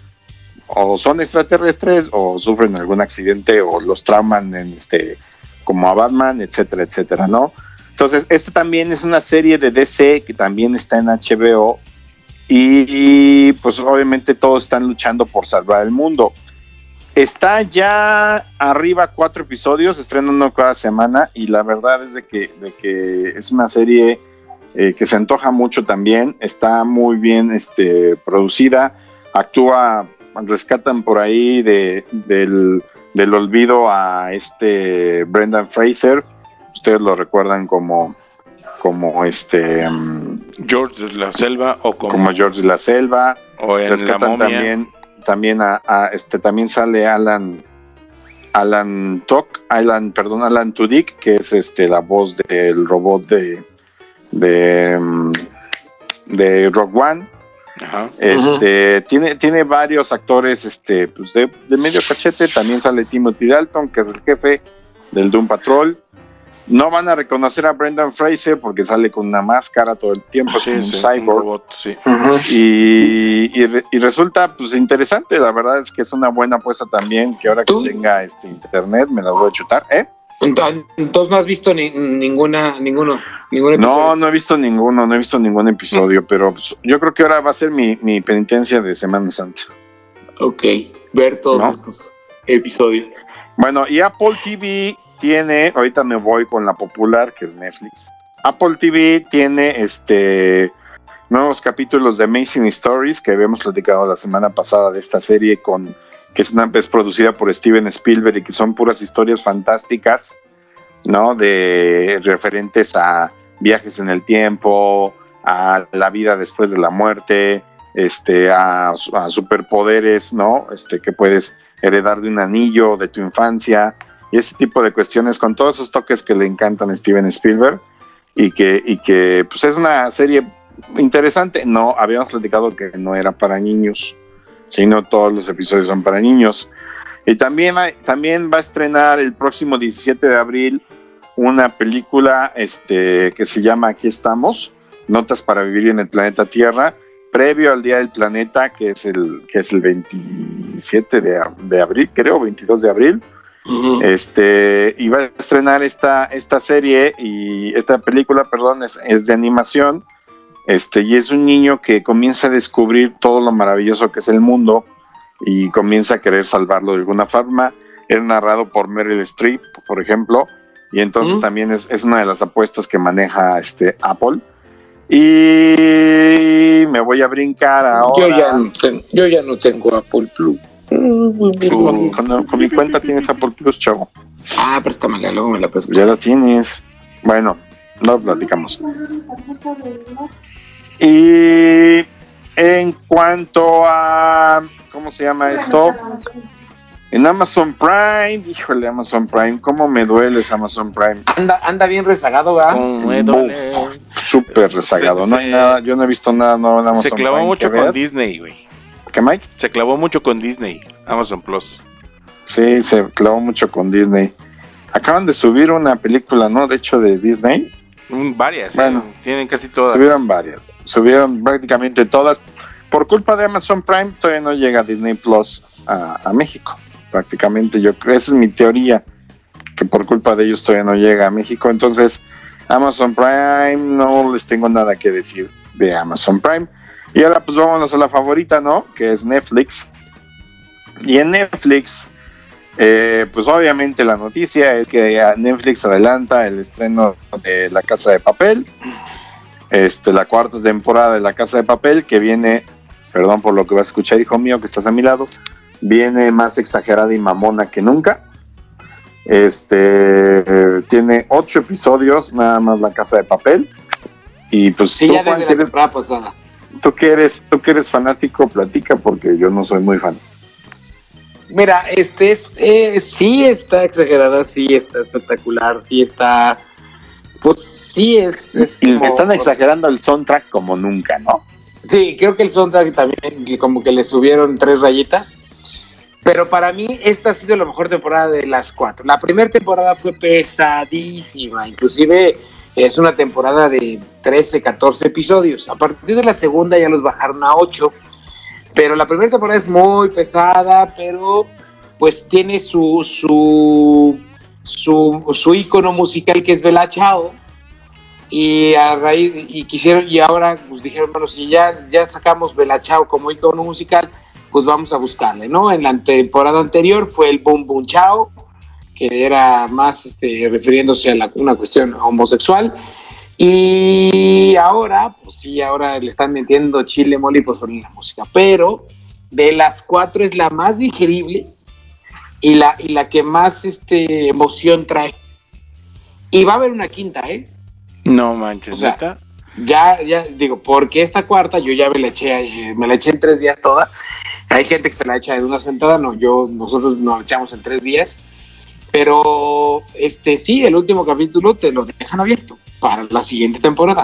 o son extraterrestres o sufren algún accidente o los trauman en este... como a Batman, etcétera, etcétera, ¿no? Entonces, este también es una serie de D C que también está en H B O y, y pues obviamente todos están luchando por salvar el mundo. Está ya arriba cuatro episodios, estrenan uno cada semana y la verdad es de que, de que es una serie eh, que se antoja mucho también, está muy bien este, producida, actúa, rescatan por ahí de, del... del olvido a este Brendan Fraser, ustedes lo recuerdan como como este um, George de la Selva o como, como George de la Selva, o en rescatan La Momia. también también a, a este también sale Alan Alan Tudyk, Alan perdón Alan Tudyk, que es este la voz del robot de de um, de Rogue One. Ajá. Este uh-huh. tiene tiene varios actores este pues de, de medio cachete. También sale Timothy Dalton, que es el jefe del Doom Patrol. No van a reconocer a Brendan Fraser porque sale con una máscara todo el tiempo, sí, como sí, un cyborg, un robot, sí. uh-huh. y, y, re, y resulta pues interesante. La verdad es que es una buena apuesta también, que ahora que ¿Tú? tenga este internet me la voy a chutar, ¿eh? Entonces no has visto ni, ninguna ninguno ningún episodio. No, no he visto ninguno, no he visto ningún episodio, pero pues, yo creo que ahora va a ser mi, mi penitencia de Semana Santa. Ok, ver todos ¿No? estos episodios. Bueno, y Apple T V tiene, ahorita me voy con la popular, que es Netflix. Apple T V tiene este nuevos capítulos de Amazing Stories, que habíamos platicado la semana pasada de esta serie con que es una es producida por Steven Spielberg y que son puras historias fantásticas, ¿no? De referentes a viajes en el tiempo, a la vida después de la muerte, este, a, a superpoderes, ¿no? Este, que puedes heredar de un anillo de tu infancia y ese tipo de cuestiones con todos esos toques que le encantan a Steven Spielberg y que, y que pues es una serie interesante. No, habíamos platicado que no era para niños, sino todos los episodios son para niños. Y también, hay, también va a estrenar el próximo diecisiete de abril una película este, que se llama Aquí estamos, Notas para vivir en el planeta Tierra, previo al Día del Planeta, que es el, que es el veintisiete de abril, creo, veintidós de abril. Uh-huh. Este, y va a estrenar esta, esta serie y esta película, perdón, es, es de animación. Este, y es un niño que comienza a descubrir todo lo maravilloso que es el mundo y comienza a querer salvarlo de alguna forma. Es narrado por Meryl Streep, por ejemplo, y entonces ¿Mm? también es, es una de las apuestas que maneja este Apple. Y me voy a brincar ahora. Yo ya no tengo, yo ya no tengo Apple Plus. Con, con, con mi cuenta tienes Apple Plus, chavo. Ah, préstamela, luego me la prestas. Ya la tienes. Bueno, no platicamos. Y en cuanto a, ¿cómo se llama esto? En Amazon Prime, híjole, Amazon Prime, ¿cómo me duele ese Amazon Prime? Anda, anda bien rezagado, ¿verdad? Me duele. Súper rezagado, se, no hay se, nada, yo no he visto nada nuevo en Amazon Prime. Se clavó Prime mucho con Disney, güey. ¿Qué, Mike? Se clavó mucho con Disney, Amazon Plus. Sí, se clavó mucho con Disney. Acaban de subir una película, ¿no? De hecho, de Disney. Varias, bueno, ¿eh? Tienen casi todas. Subieron varias, subieron prácticamente todas. Por culpa de Amazon Prime todavía no llega Disney Plus a, a México. Prácticamente yo creo, esa es mi teoría, que por culpa de ellos todavía no llega a México. Entonces Amazon Prime, no les tengo nada que decir de Amazon Prime. Y ahora pues vámonos a la favorita, ¿no? Que es Netflix. Y en Netflix Eh, pues obviamente la noticia es que Netflix adelanta el estreno de La Casa de Papel, este, la cuarta temporada de La Casa de Papel, que viene, perdón por lo que vas a escuchar, hijo mío, que estás a mi lado, viene más exagerada y mamona que nunca. Este eh, tiene ocho episodios nada más La Casa de Papel, y pues sí, tú, ya Juan, desde la eres, temporada pasada. tú que eres, tú que eres fanático, platica, porque yo no soy muy fan. Mira, este es, eh, sí está exagerada, sí está espectacular, sí está, pues sí es, es Y como, están exagerando el soundtrack como nunca, ¿no? Sí, creo que el soundtrack también como que le subieron tres rayitas, pero para mí esta ha sido la mejor temporada de las cuatro. La primera temporada fue pesadísima, inclusive es una temporada de trece, catorce episodios. A partir de la segunda ya los bajaron a ocho. Pero la primera temporada es muy pesada, pero pues tiene su su su, su ícono musical, que es Bella Ciao, y a raíz y quisieron y ahora pues dijeron, bueno, si ya ya sacamos Bella Ciao como ícono musical, pues vamos a buscarle, ¿no? En la temporada anterior fue el Boom Boom Ciao, que era más este refiriéndose a la, una cuestión homosexual. Y ahora, pues sí, ahora le están metiendo chile, mole y pozole en la música, pero de las cuatro es la más digerible y la, y la que más este, emoción trae. Y va a haber una quinta, ¿eh? No manches, o sea, ¿neta? Ya, ya, digo, porque esta cuarta yo ya me la eché, eh, me la eché en tres días toda. Hay gente que se la echa de una sentada, no, yo, nosotros nos la echamos en tres días. Pero, este, sí, el último capítulo te lo dejan abierto para la siguiente temporada.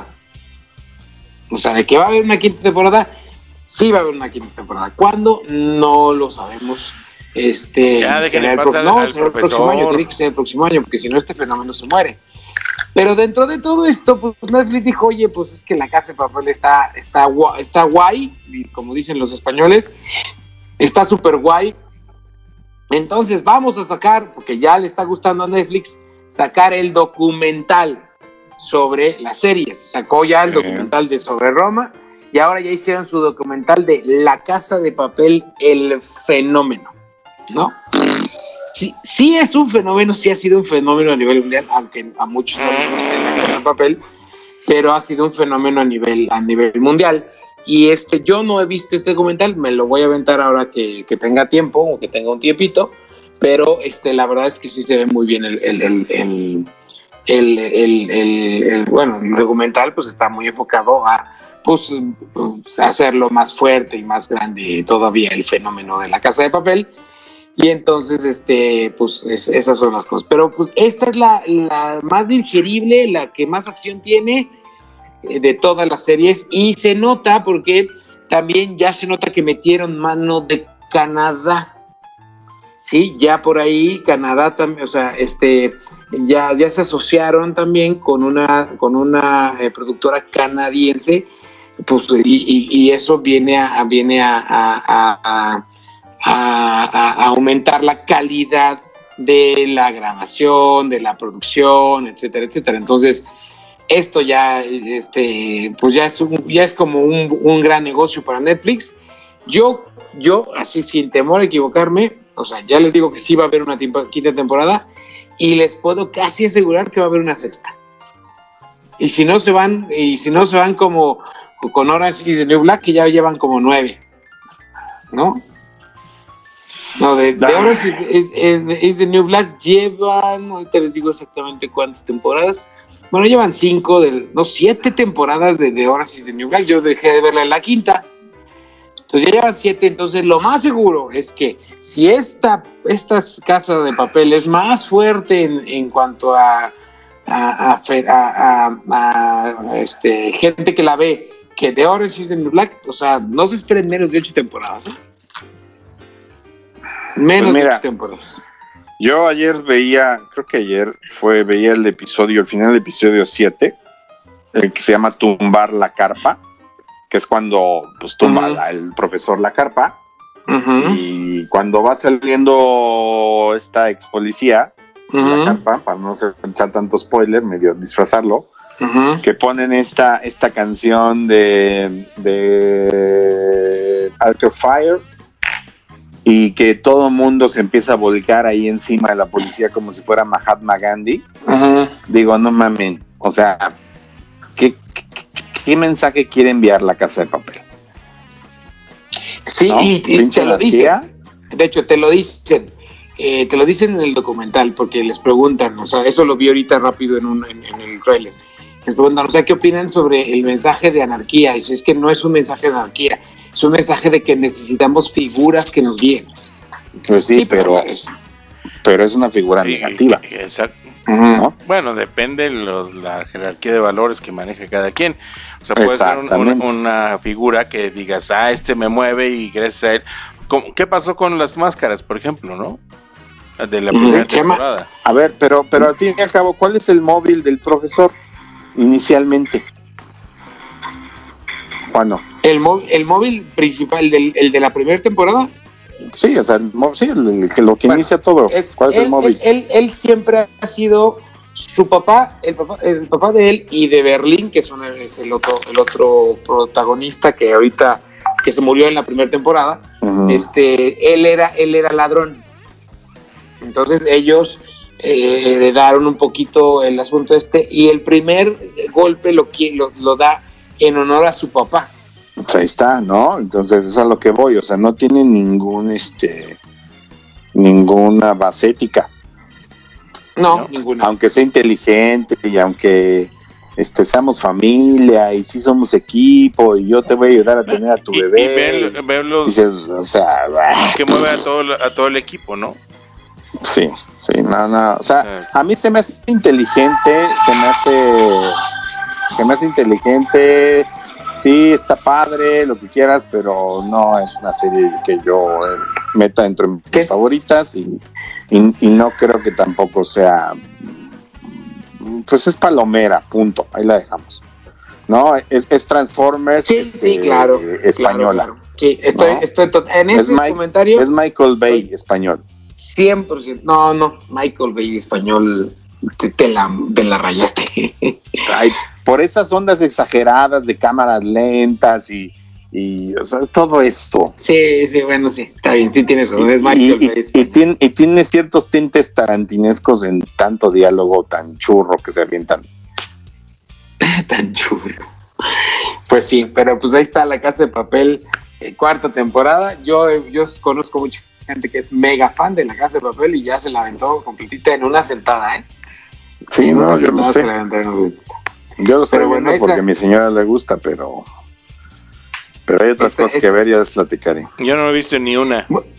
O sea, de que va a haber una quinta temporada, sí va a haber una quinta temporada. ¿Cuándo? No lo sabemos. Este, ya, déjenle el, pasar no, al el profesor. próximo año, tiene que ser el próximo año, porque si no este fenómeno se muere. Pero dentro de todo esto, pues Netflix dijo, oye, pues es que La Casa de Papel está, está, está guay, como dicen los españoles, está súper guay. Entonces vamos a sacar, porque ya le está gustando a Netflix, sacar el documental sobre las series. Sacó ya el documental de sobre Roma y ahora ya hicieron su documental de La Casa de Papel, el fenómeno, ¿no? Sí, sí es un fenómeno, sí ha sido un fenómeno a nivel mundial, aunque a muchos no les guste La Casa de Papel, pero ha sido un fenómeno a nivel, a nivel mundial. Y este, yo no he visto este documental, me lo voy a aventar ahora que, que tenga tiempo o que tenga un tiempito, pero este, la verdad es que sí se ve muy bien el, el, el, el, el, el, el, el bueno, el documental pues está muy enfocado a pues, hacerlo más fuerte y más grande todavía el fenómeno de La Casa de Papel. Y entonces, este, pues es, esas son las cosas. Pero pues esta es la, la más digerible, la que más acción tiene de todas las series, y se nota porque también ya se nota que metieron mano de Canadá, sí, ya por ahí Canadá también, o sea, este, ya, ya se asociaron también con una, con una eh, productora canadiense, pues, y, y, y eso viene a, viene a, a, a, a, a aumentar la calidad de la grabación, de la producción, etcétera, etcétera. Entonces, esto ya, este, pues ya es, un, ya es como un, un gran negocio para Netflix. Yo, yo, así sin temor a equivocarme, o sea, ya les digo que sí va a haber una timpa, quinta temporada y les puedo casi asegurar que va a haber una sexta. Y si no se van, y si no se van como con Orange is the New Black, que ya llevan como nueve, ¿no? No, de, de Orange is, is, is the New Black llevan, ahorita les digo exactamente cuántas temporadas. Bueno, llevan cinco, de, no, siete temporadas de, de Orange is the New Black. Yo dejé de verla en la quinta. Entonces ya llevan siete. Entonces lo más seguro es que si esta, esta Casa de Papel es más fuerte en, en cuanto a, a, a, a, a, a este, gente que la ve que de Orange is the New Black, o sea, no se esperen menos de ocho temporadas. ¿eh? Menos pues mira, de ocho temporadas. Yo ayer veía, creo que ayer fue, veía el episodio, el final del episodio siete, el que se llama Tumbar la Carpa, que es cuando pues tumba uh-huh. la, el profesor la carpa, uh-huh. y cuando va saliendo esta ex policía, uh-huh. la carpa, para no echar tanto spoiler, medio disfrazarlo, uh-huh. que ponen esta, esta canción de, de Arcade Fire, y que todo el mundo se empieza a volcar ahí encima de la policía como si fuera Mahatma Gandhi. Uh-huh. Digo, no mamen, o sea, ¿qué, qué, qué mensaje quiere enviar la Casa de Papel? Sí, ¿no? y, y te lo dicen, de hecho te lo dicen, eh, te lo dicen en el documental, porque les preguntan, o sea, eso lo vi ahorita rápido en, un, en, en el trailer, les preguntan, o sea, ¿qué opinan sobre el mensaje de anarquía? Y dice, es que no es un mensaje de anarquía, es un mensaje de que necesitamos figuras que nos guíen. Pues sí, sí pero, pero, pero es una figura sí, negativa. Exacto. ¿No? Bueno, depende los, la jerarquía de valores que maneja cada quien. O sea, puede ser un, un, una figura que digas, ah, este me mueve y gracias a él. ¿Qué pasó con las máscaras, por ejemplo, no? De la primera mm, temporada. A ver, pero, pero al fin y al cabo, ¿cuál es el móvil del profesor inicialmente? ¿Cuándo? El, el móvil principal del el de la primera temporada. Sí, o sea, el, sí, el, el, que lo que bueno, inicia todo. Es, ¿Cuál es él, el móvil? Él, él, él siempre ha sido su papá, el papá, el papá de él y de Berlín, que son, es el otro, el otro protagonista que ahorita que se murió en la primera temporada. Uh-huh. Este, él era, él era ladrón. Entonces ellos eh, heredaron un poquito el asunto este y el primer golpe lo, lo, lo da en honor a su papá. Pues ahí está, ¿no? Entonces es a lo que voy, o sea, no tiene ningún, este, ninguna base ética. No, ¿no? Ninguna. Aunque sea inteligente y aunque este, seamos familia y sí somos equipo y yo te voy a ayudar a tener a tu y, bebé. Y ver, ver los, dices, o sea, que mueve a todo, a todo el equipo, ¿no? Sí, sí, no, no, o sea, a mí se me hace inteligente, se me hace, se me hace inteligente. Sí, está padre, lo que quieras, pero no es una serie que yo eh, meta dentro de mis ¿Qué? favoritas y, y, y no creo que tampoco sea, pues es palomera, punto, ahí la dejamos. No, es, es Transformers sí, este, sí, claro, española. Claro, claro. Sí, estoy, ¿no? estoy to- en ese es Mike, comentario. Es Michael Bay estoy español. cien por ciento, no, no, Michael Bay español. Te, te, la, te la rayaste. Ay, por esas ondas exageradas de cámaras lentas y, y o sea, todo esto. Sí, sí, bueno, sí, está bien, sí tienes razón. Es Michael y, y, y, tiene, y tiene ciertos tintes tarantinescos en tanto diálogo tan churro que se avientan. Tan churro. Pues sí, pero pues ahí está La Casa de Papel, eh, cuarta temporada. Yo, yo conozco mucha gente que es mega fan de La Casa de Papel y ya se la aventó completita en una sentada, ¿eh? Sí, no, no yo lo sé. Yo lo estoy pero viendo bueno, porque esa... a mi señora le gusta, pero pero hay otras esa, cosas esa... que ver, ya les platicaré. Yo no he visto ni una. Bueno,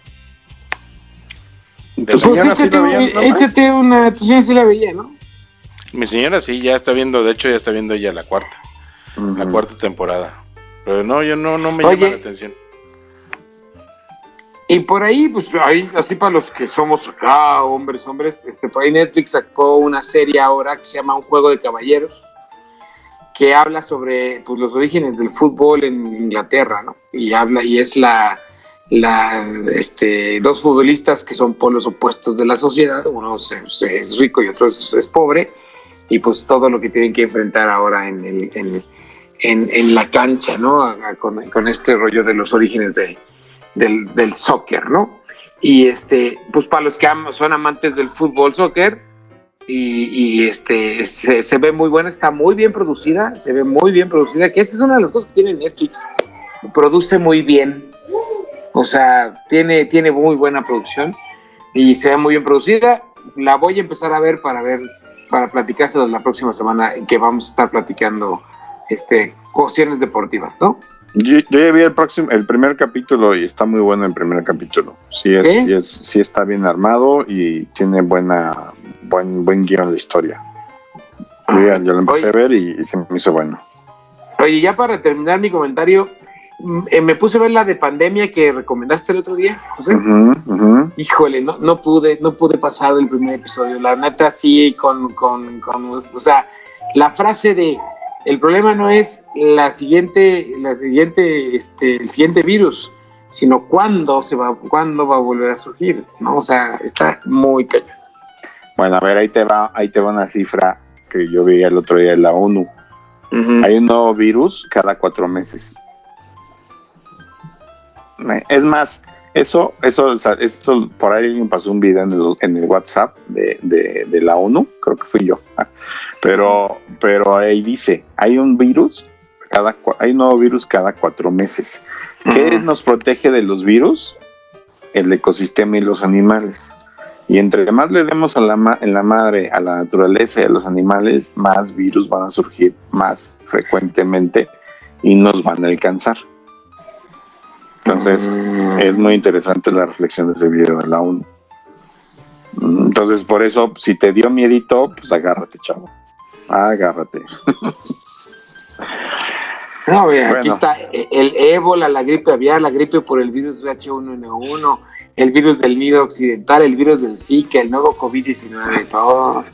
pues señora échate, sí la veía, ¿no? échate una, tu señora sí la veía, ¿no? Mi señora sí, ya está viendo, de hecho ya está viendo ya la cuarta, uh-huh. la cuarta temporada. Pero no, yo no, no me Oye, llama la atención. Y por ahí, pues ahí, así para los que somos acá, hombres, hombres, este, por ahí Netflix sacó una serie ahora que se llama Un Juego de Caballeros, que habla sobre pues, los orígenes del fútbol en Inglaterra, ¿no? Y habla, y es la, la este, dos futbolistas que son polos opuestos de la sociedad, uno es, es rico y otro es, es pobre, y pues todo lo que tienen que enfrentar ahora en, el, en, en, en la cancha, ¿no? A, a, con, con este rollo de los orígenes de Del, del soccer, ¿no? Y este, pues para los que am- son amantes del fútbol, soccer, y, y este, se, se ve muy buena, está muy bien producida, se ve muy bien producida, que esa es una de las cosas que tiene Netflix, produce muy bien, o sea, tiene, tiene muy buena producción, y se ve muy bien producida. La voy a empezar a ver para ver, para platicárselo la próxima semana, que vamos a estar platicando, este, cuestiones deportivas, ¿no? Yo, yo ya vi el próximo, el primer capítulo y está muy bueno el primer capítulo. Sí, es, ¿Sí? Sí, es, sí está bien armado y tiene buena, buen, buen guión la historia. Yo, ya, yo lo empecé Oye, a ver y, y se me hizo bueno. Oye, ya para terminar mi comentario, eh, me puse a ver la de Pandemia que recomendaste el otro día, José. Uh-huh, uh-huh. Híjole, no, no pude, no pude pasar del primer episodio. La neta sí, con, con, con, o sea, la frase de el problema no es la siguiente, la siguiente, este, el siguiente virus, sino cuándo se va, cuándo va a volver a surgir, ¿no? O sea, está muy cañón. Bueno, a ver, ahí te va, ahí te va una cifra que yo vi el otro día en la ONU. Uh-huh. Hay un nuevo virus cada cuatro meses. Es más, Eso, eso, eso, por ahí me pasó un video en el, en el WhatsApp de, de, de la ONU, creo que fui yo, pero, pero ahí dice, hay un virus, cada, hay un nuevo virus cada cuatro meses. ¿Qué uh-huh. nos protege de los virus? El ecosistema y los animales. Y entre más le demos a la, ma- en la madre, a la naturaleza y a los animales, más virus van a surgir más frecuentemente y nos van a alcanzar. Entonces, mm. es muy interesante la reflexión de ese video de la ONU. Entonces, por eso, si te dio miedito, pues agárrate, chavo. Agárrate. No, mira, bueno. Aquí está el ébola, la gripe aviar, la gripe por el virus H uno N uno, el virus del nido occidental, el virus del Zika, el nuevo COVID diecinueve, todo.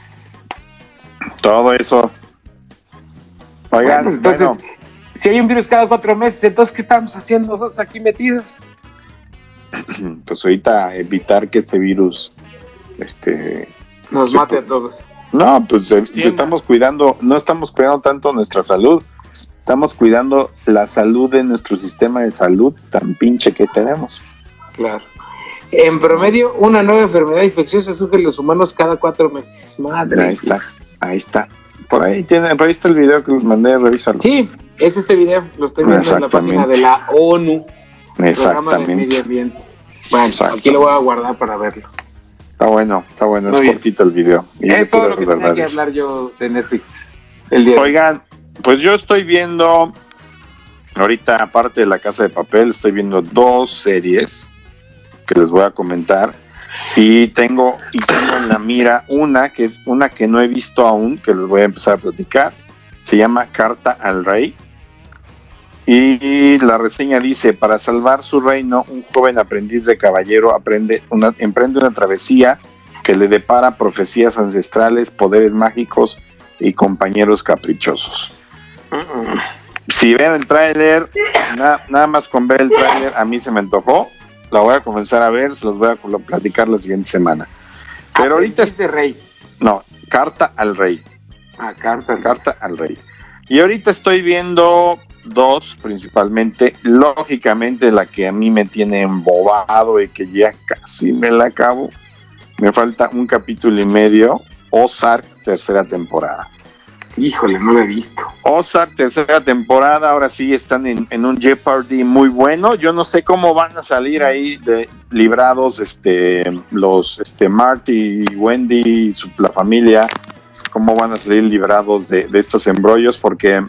Todo eso. Oigan, bueno, entonces, bueno. si hay un virus cada cuatro meses, entonces, ¿qué estamos haciendo nosotros aquí metidos? Pues ahorita evitar que este virus este nos mate a todos. No, pues eh, estamos cuidando, no estamos cuidando tanto nuestra salud, estamos cuidando la salud de nuestro sistema de salud tan pinche que tenemos. Claro. En promedio, una nueva enfermedad infecciosa surge en los humanos cada cuatro meses. Madre. Ahí está, ahí está. Por ahí tiene, por ahí está el video que les mandé, revísalo. Sí, es este video, lo estoy viendo en la página de la ONU. Programa del Medio Ambiente. Bueno, aquí lo voy a guardar para verlo. Está bueno, está bueno, Muy es bien. cortito el video. Y es todo lo que tenía que hablar yo de Netflix el día de hoy. Oigan, pues yo estoy viendo, ahorita aparte de La Casa de Papel, estoy viendo dos series que les voy a comentar. Y tengo, y tengo en la mira una que es una que no he visto aún, que les voy a empezar a platicar. Se llama Carta al Rey. Y la reseña dice: para salvar su reino, un joven aprendiz de caballero aprende una, emprende una travesía que le depara profecías ancestrales, poderes mágicos y compañeros caprichosos. Uh-uh. Si ven el tráiler, na, nada más con ver el tráiler a mí se me antojó. La voy a comenzar a ver, se los voy a platicar la siguiente semana. Pero ahorita es de rey. No, Carta al Rey. Ah, carta, carta al Rey. Y ahorita estoy viendo dos, principalmente, lógicamente la que a mí me tiene embobado y que ya casi me la acabo. Me falta un capítulo y medio, Ozark, tercera temporada. Híjole, no lo he visto. Ozark, tercera temporada, ahora sí están en, en un Jeopardy muy bueno. Yo no sé cómo van a salir ahí de librados este los este Marty y Wendy y su, la familia, cómo van a salir librados de, de estos embrollos, porque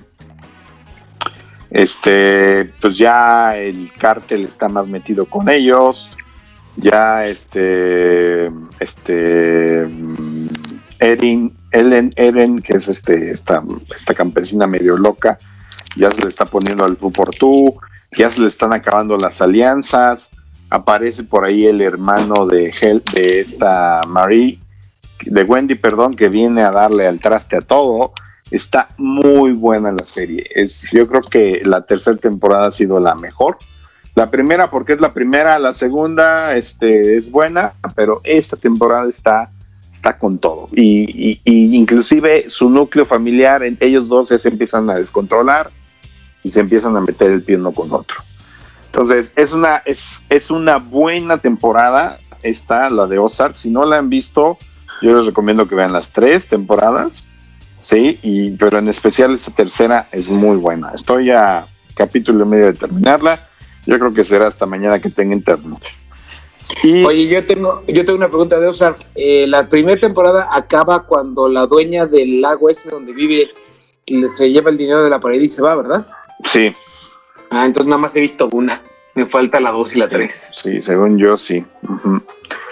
este pues ya el cártel está más metido con ellos, ya este este Erin, Ellen, Eren, que es este esta, esta campesina medio loca, ya se le está poniendo al tú por tú, ya se le están acabando las alianzas, aparece por ahí el hermano de Hel, de esta Marie, de Wendy, perdón, que viene a darle al traste a todo. Está muy buena la serie. Es, yo creo que la tercera temporada ha sido la mejor. La primera porque es la primera, la segunda este, es buena, pero esta temporada está está con todo, y, y, y inclusive su núcleo familiar, en ellos dos se empiezan a descontrolar y se empiezan a meter el pie uno con otro. Entonces es una es, es una buena temporada esta, la de Ozark. Si no la han visto, yo les recomiendo que vean las tres temporadas, sí, y pero en especial esta tercera es muy buena. Estoy a capítulo y medio de terminarla. Yo creo que será hasta mañana que tenga internet. Y oye, yo tengo yo tengo una pregunta de Ozark. Eh, la primera temporada acaba cuando la dueña del lago ese donde vive se lleva el dinero de la pared y se va, ¿verdad? Sí. Ah, entonces nada más he visto una. Me falta la dos y la tres. Sí, según yo sí. Uh-huh.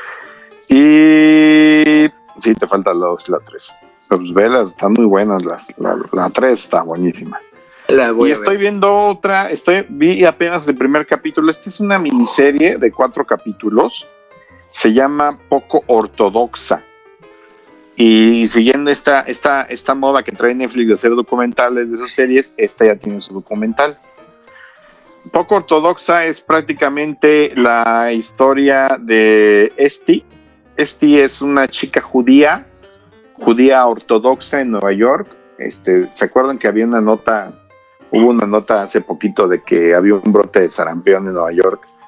Y sí, te falta la dos y la tres. Pues velas, están muy buenas. Las, la, la tres está buenísima. La voy y a estoy ver. viendo otra, estoy vi apenas el primer capítulo. Esta es una miniserie de cuatro capítulos. Se llama Poco Ortodoxa. Y siguiendo esta, esta, esta moda que trae Netflix de hacer documentales de sus series, esta ya tiene su documental. Poco Ortodoxa es prácticamente la historia de Esti. Esti es una chica judía, judía ortodoxa en Nueva York. Este, ¿se acuerdan que había una nota, hubo una nota hace poquito de que había un brote de sarampión en Nueva York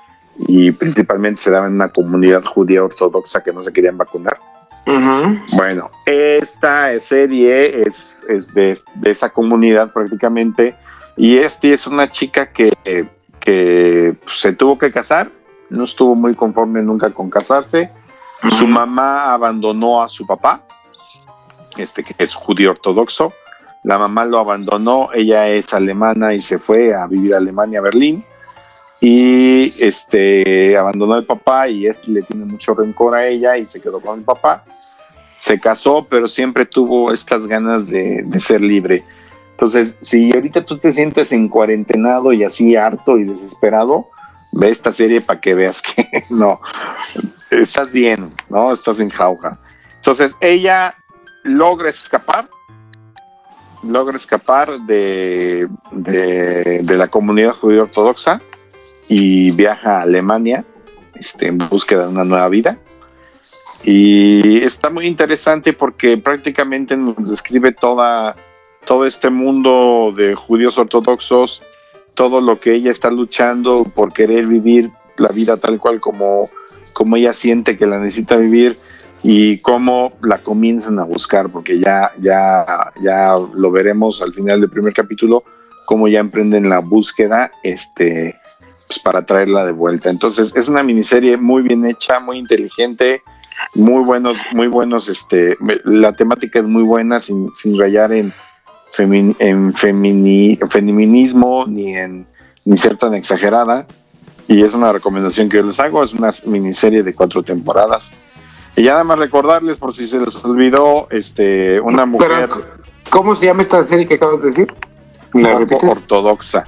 y principalmente se daba en una comunidad judía ortodoxa que no se querían vacunar. Uh-huh. Bueno, esta serie es, es de, de esa comunidad prácticamente, y este es una chica que, que pues, se tuvo que casar, no estuvo muy conforme nunca con casarse. Uh-huh. Su mamá abandonó a su papá, este que es judío ortodoxo. La mamá lo abandonó, ella es alemana y se fue a vivir a Alemania, a Berlín, y este abandonó al papá, y este le tiene mucho rencor a ella y se quedó con el papá. Se casó, pero siempre tuvo estas ganas de, de ser libre. Entonces, si ahorita tú te sientes en cuarentenado y así harto y desesperado, ve esta serie para que veas que no, estás bien, ¿no? Estás en jauja. Entonces, ella logra escapar, logra escapar de, de, de la comunidad judía ortodoxa y viaja a Alemania este, en búsqueda de una nueva vida. Y está muy interesante porque prácticamente nos describe toda, todo este mundo de judíos ortodoxos, todo lo que ella está luchando por querer vivir la vida tal cual como, como ella siente que la necesita vivir, y cómo la comienzan a buscar, porque ya, ya, ya lo veremos al final del primer capítulo, cómo ya emprenden la búsqueda este, pues para traerla de vuelta. Entonces es una miniserie muy bien hecha, muy inteligente, muy buenos, muy buenos, este, la temática es muy buena, sin, sin rayar en, femin, en femini, feminismo ni en ni ser tan exagerada, y es una recomendación que yo les hago. Es una miniserie de cuatro temporadas. Y ya nada más recordarles, por si se les olvidó, este, una mujer. Pero, ¿cómo se llama esta serie que acabas de decir? ¿La poco repites? ortodoxa.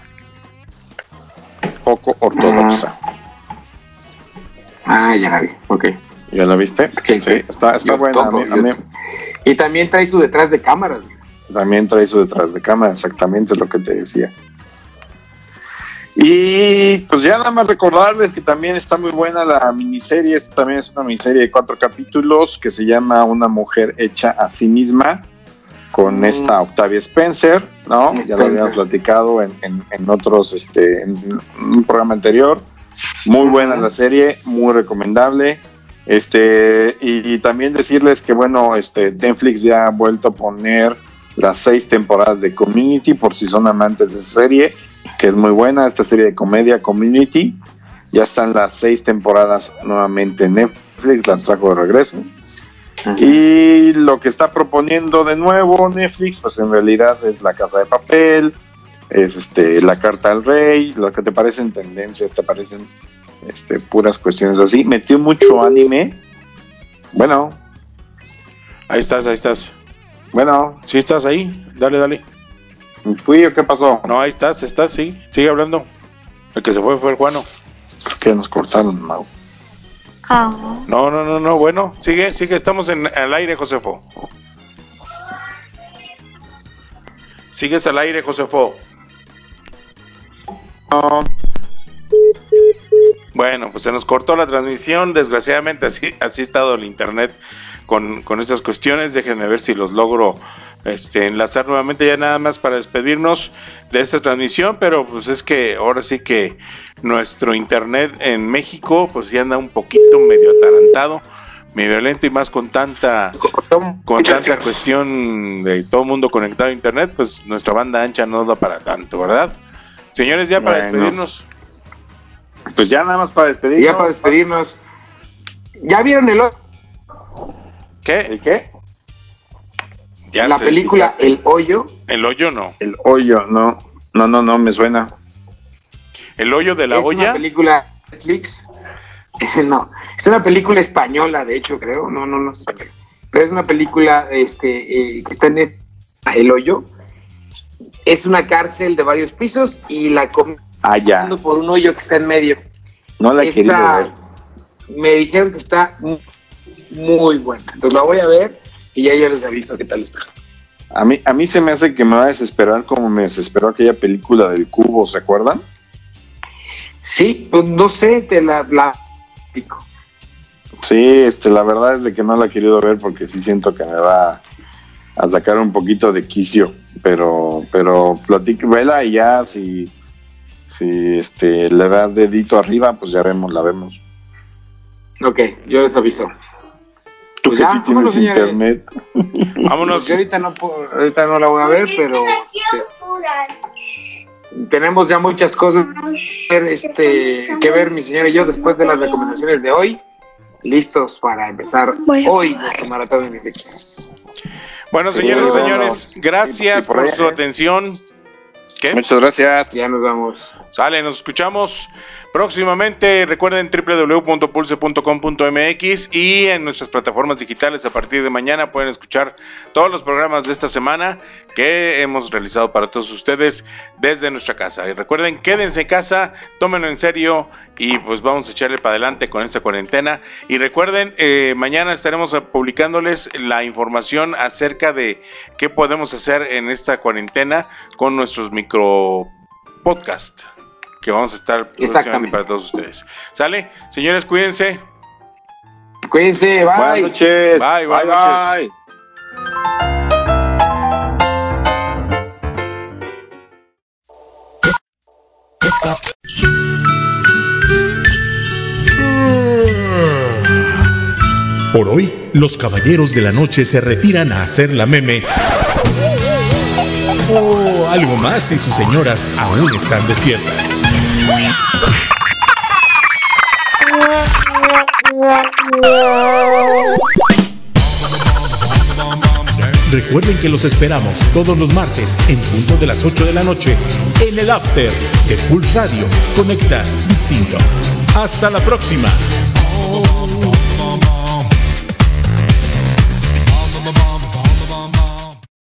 Poco ortodoxa. Ah, ya la vi, ok. ¿Ya la viste? Okay, sí, está, está buena. Toco, a mí, a mí. Y también trae su detrás de cámaras. También trae su detrás de cámaras, exactamente lo que te decía. Y pues ya nada más recordarles que también está muy buena la miniserie. Esta también es una miniserie de cuatro capítulos que se llama Una mujer hecha a sí misma, con mm. esta Octavia Spencer, ¿no? Spencer. Ya lo habíamos platicado en, en, en otros, este, en un programa anterior. Muy buena uh-huh. la serie, muy recomendable. Este, y, y también decirles que bueno, este, Netflix ya ha vuelto a poner las seis temporadas de Community, por si son amantes de esa serie, que es muy buena, esta serie de comedia Community. Ya están las seis temporadas nuevamente en Netflix, las trajo de regreso. Uh-huh. Y lo que está proponiendo de nuevo Netflix, pues en realidad es La Casa de Papel, es este La Carta al Rey, lo que te parecen tendencias, te parecen este, puras cuestiones así. Metió mucho anime. Bueno. Ahí estás, ahí estás. Bueno. Sí estás ahí, dale, dale. ¿Fui o qué pasó? No, ahí estás, estás, sí. Sigue hablando. El que se fue fue el Juano. ¿Por qué nos cortaron, Mau? Oh. No, no, no, no, bueno. Sigue, sigue, estamos en al aire, Josefo. Sigues al aire, Josefo. No. Bueno, pues se nos cortó la transmisión. Desgraciadamente así, así ha estado el internet con, con estas cuestiones. Déjenme ver si los logro Este, enlazar nuevamente, ya nada más para despedirnos de esta transmisión. Pero pues es que ahora sí que nuestro internet en México pues ya anda un poquito medio atarantado, medio lento, y más con tanta con tanta cuestión de todo el mundo conectado a internet, pues nuestra banda ancha no da para tanto, ¿verdad? Señores, ya para bueno, despedirnos. Pues ya nada más para despedirnos. Ya para despedirnos. ¿Ya vieron el hoyo? ¿Qué? ¿El qué? Ya la película El Hoyo. El Hoyo no. El Hoyo, no. No, no, no, me suena. El Hoyo de la es olla. Es una película Netflix. No, es una película española, de hecho, creo. No, no, no sé. Pero es una película este, eh, que está en El Hoyo. Es una cárcel de varios pisos y la comienza ah, ya. por un hoyo que está en medio. No la he querido ver. Me dijeron que está muy, muy buena. Entonces la voy a ver y ya yo les aviso qué tal está. A mí, a mí se me hace que me va a desesperar como me desesperó aquella película del cubo, ¿se acuerdan? Sí, pues no sé, te la, la pico. Sí, este, la verdad es de que no la he querido ver porque sí siento que me va a sacar un poquito de quicio, pero, pero platique, vela y ya si, si este le das dedito arriba, pues ya vemos, la vemos. Ok, yo les aviso. Tú Pues que ya, sí tienes internet. Vámonos. Porque ahorita no, puedo- ahorita no la voy a ver, pero este, tenemos ya muchas cosas este, que ver, mi señora y yo, después de las recomendaciones de hoy, listos para empezar hoy nuestro maratón de Netflix. Bueno, Sí, señores y bueno. señores, gracias Sí, por por ahí, su ¿eh? atención. ¿Qué? Muchas gracias. Ya nos vamos. Sale, nos escuchamos próximamente. Recuerden doble u doble u doble u punto pulse punto com punto m x y en nuestras plataformas digitales a partir de mañana pueden escuchar todos los programas de esta semana que hemos realizado para todos ustedes desde nuestra casa. Y recuerden, quédense en casa, tómenlo en serio y pues vamos a echarle para adelante con esta cuarentena. Y recuerden, eh, mañana estaremos publicándoles la información acerca de qué podemos hacer en esta cuarentena con nuestros micro podcast que vamos a estar produciendo para todos ustedes. ¿Sale? Señores, cuídense. Cuídense, bye. Buenas noches. Bye, buenas bye, noches. bye. Por hoy, los caballeros de la noche se retiran a hacer la meme. O algo más si sus señoras aún están despiertas. Recuerden que los esperamos todos los martes en punto de las ocho de la noche en el After de Pulse Radio. Conecta distinto. Hasta la próxima.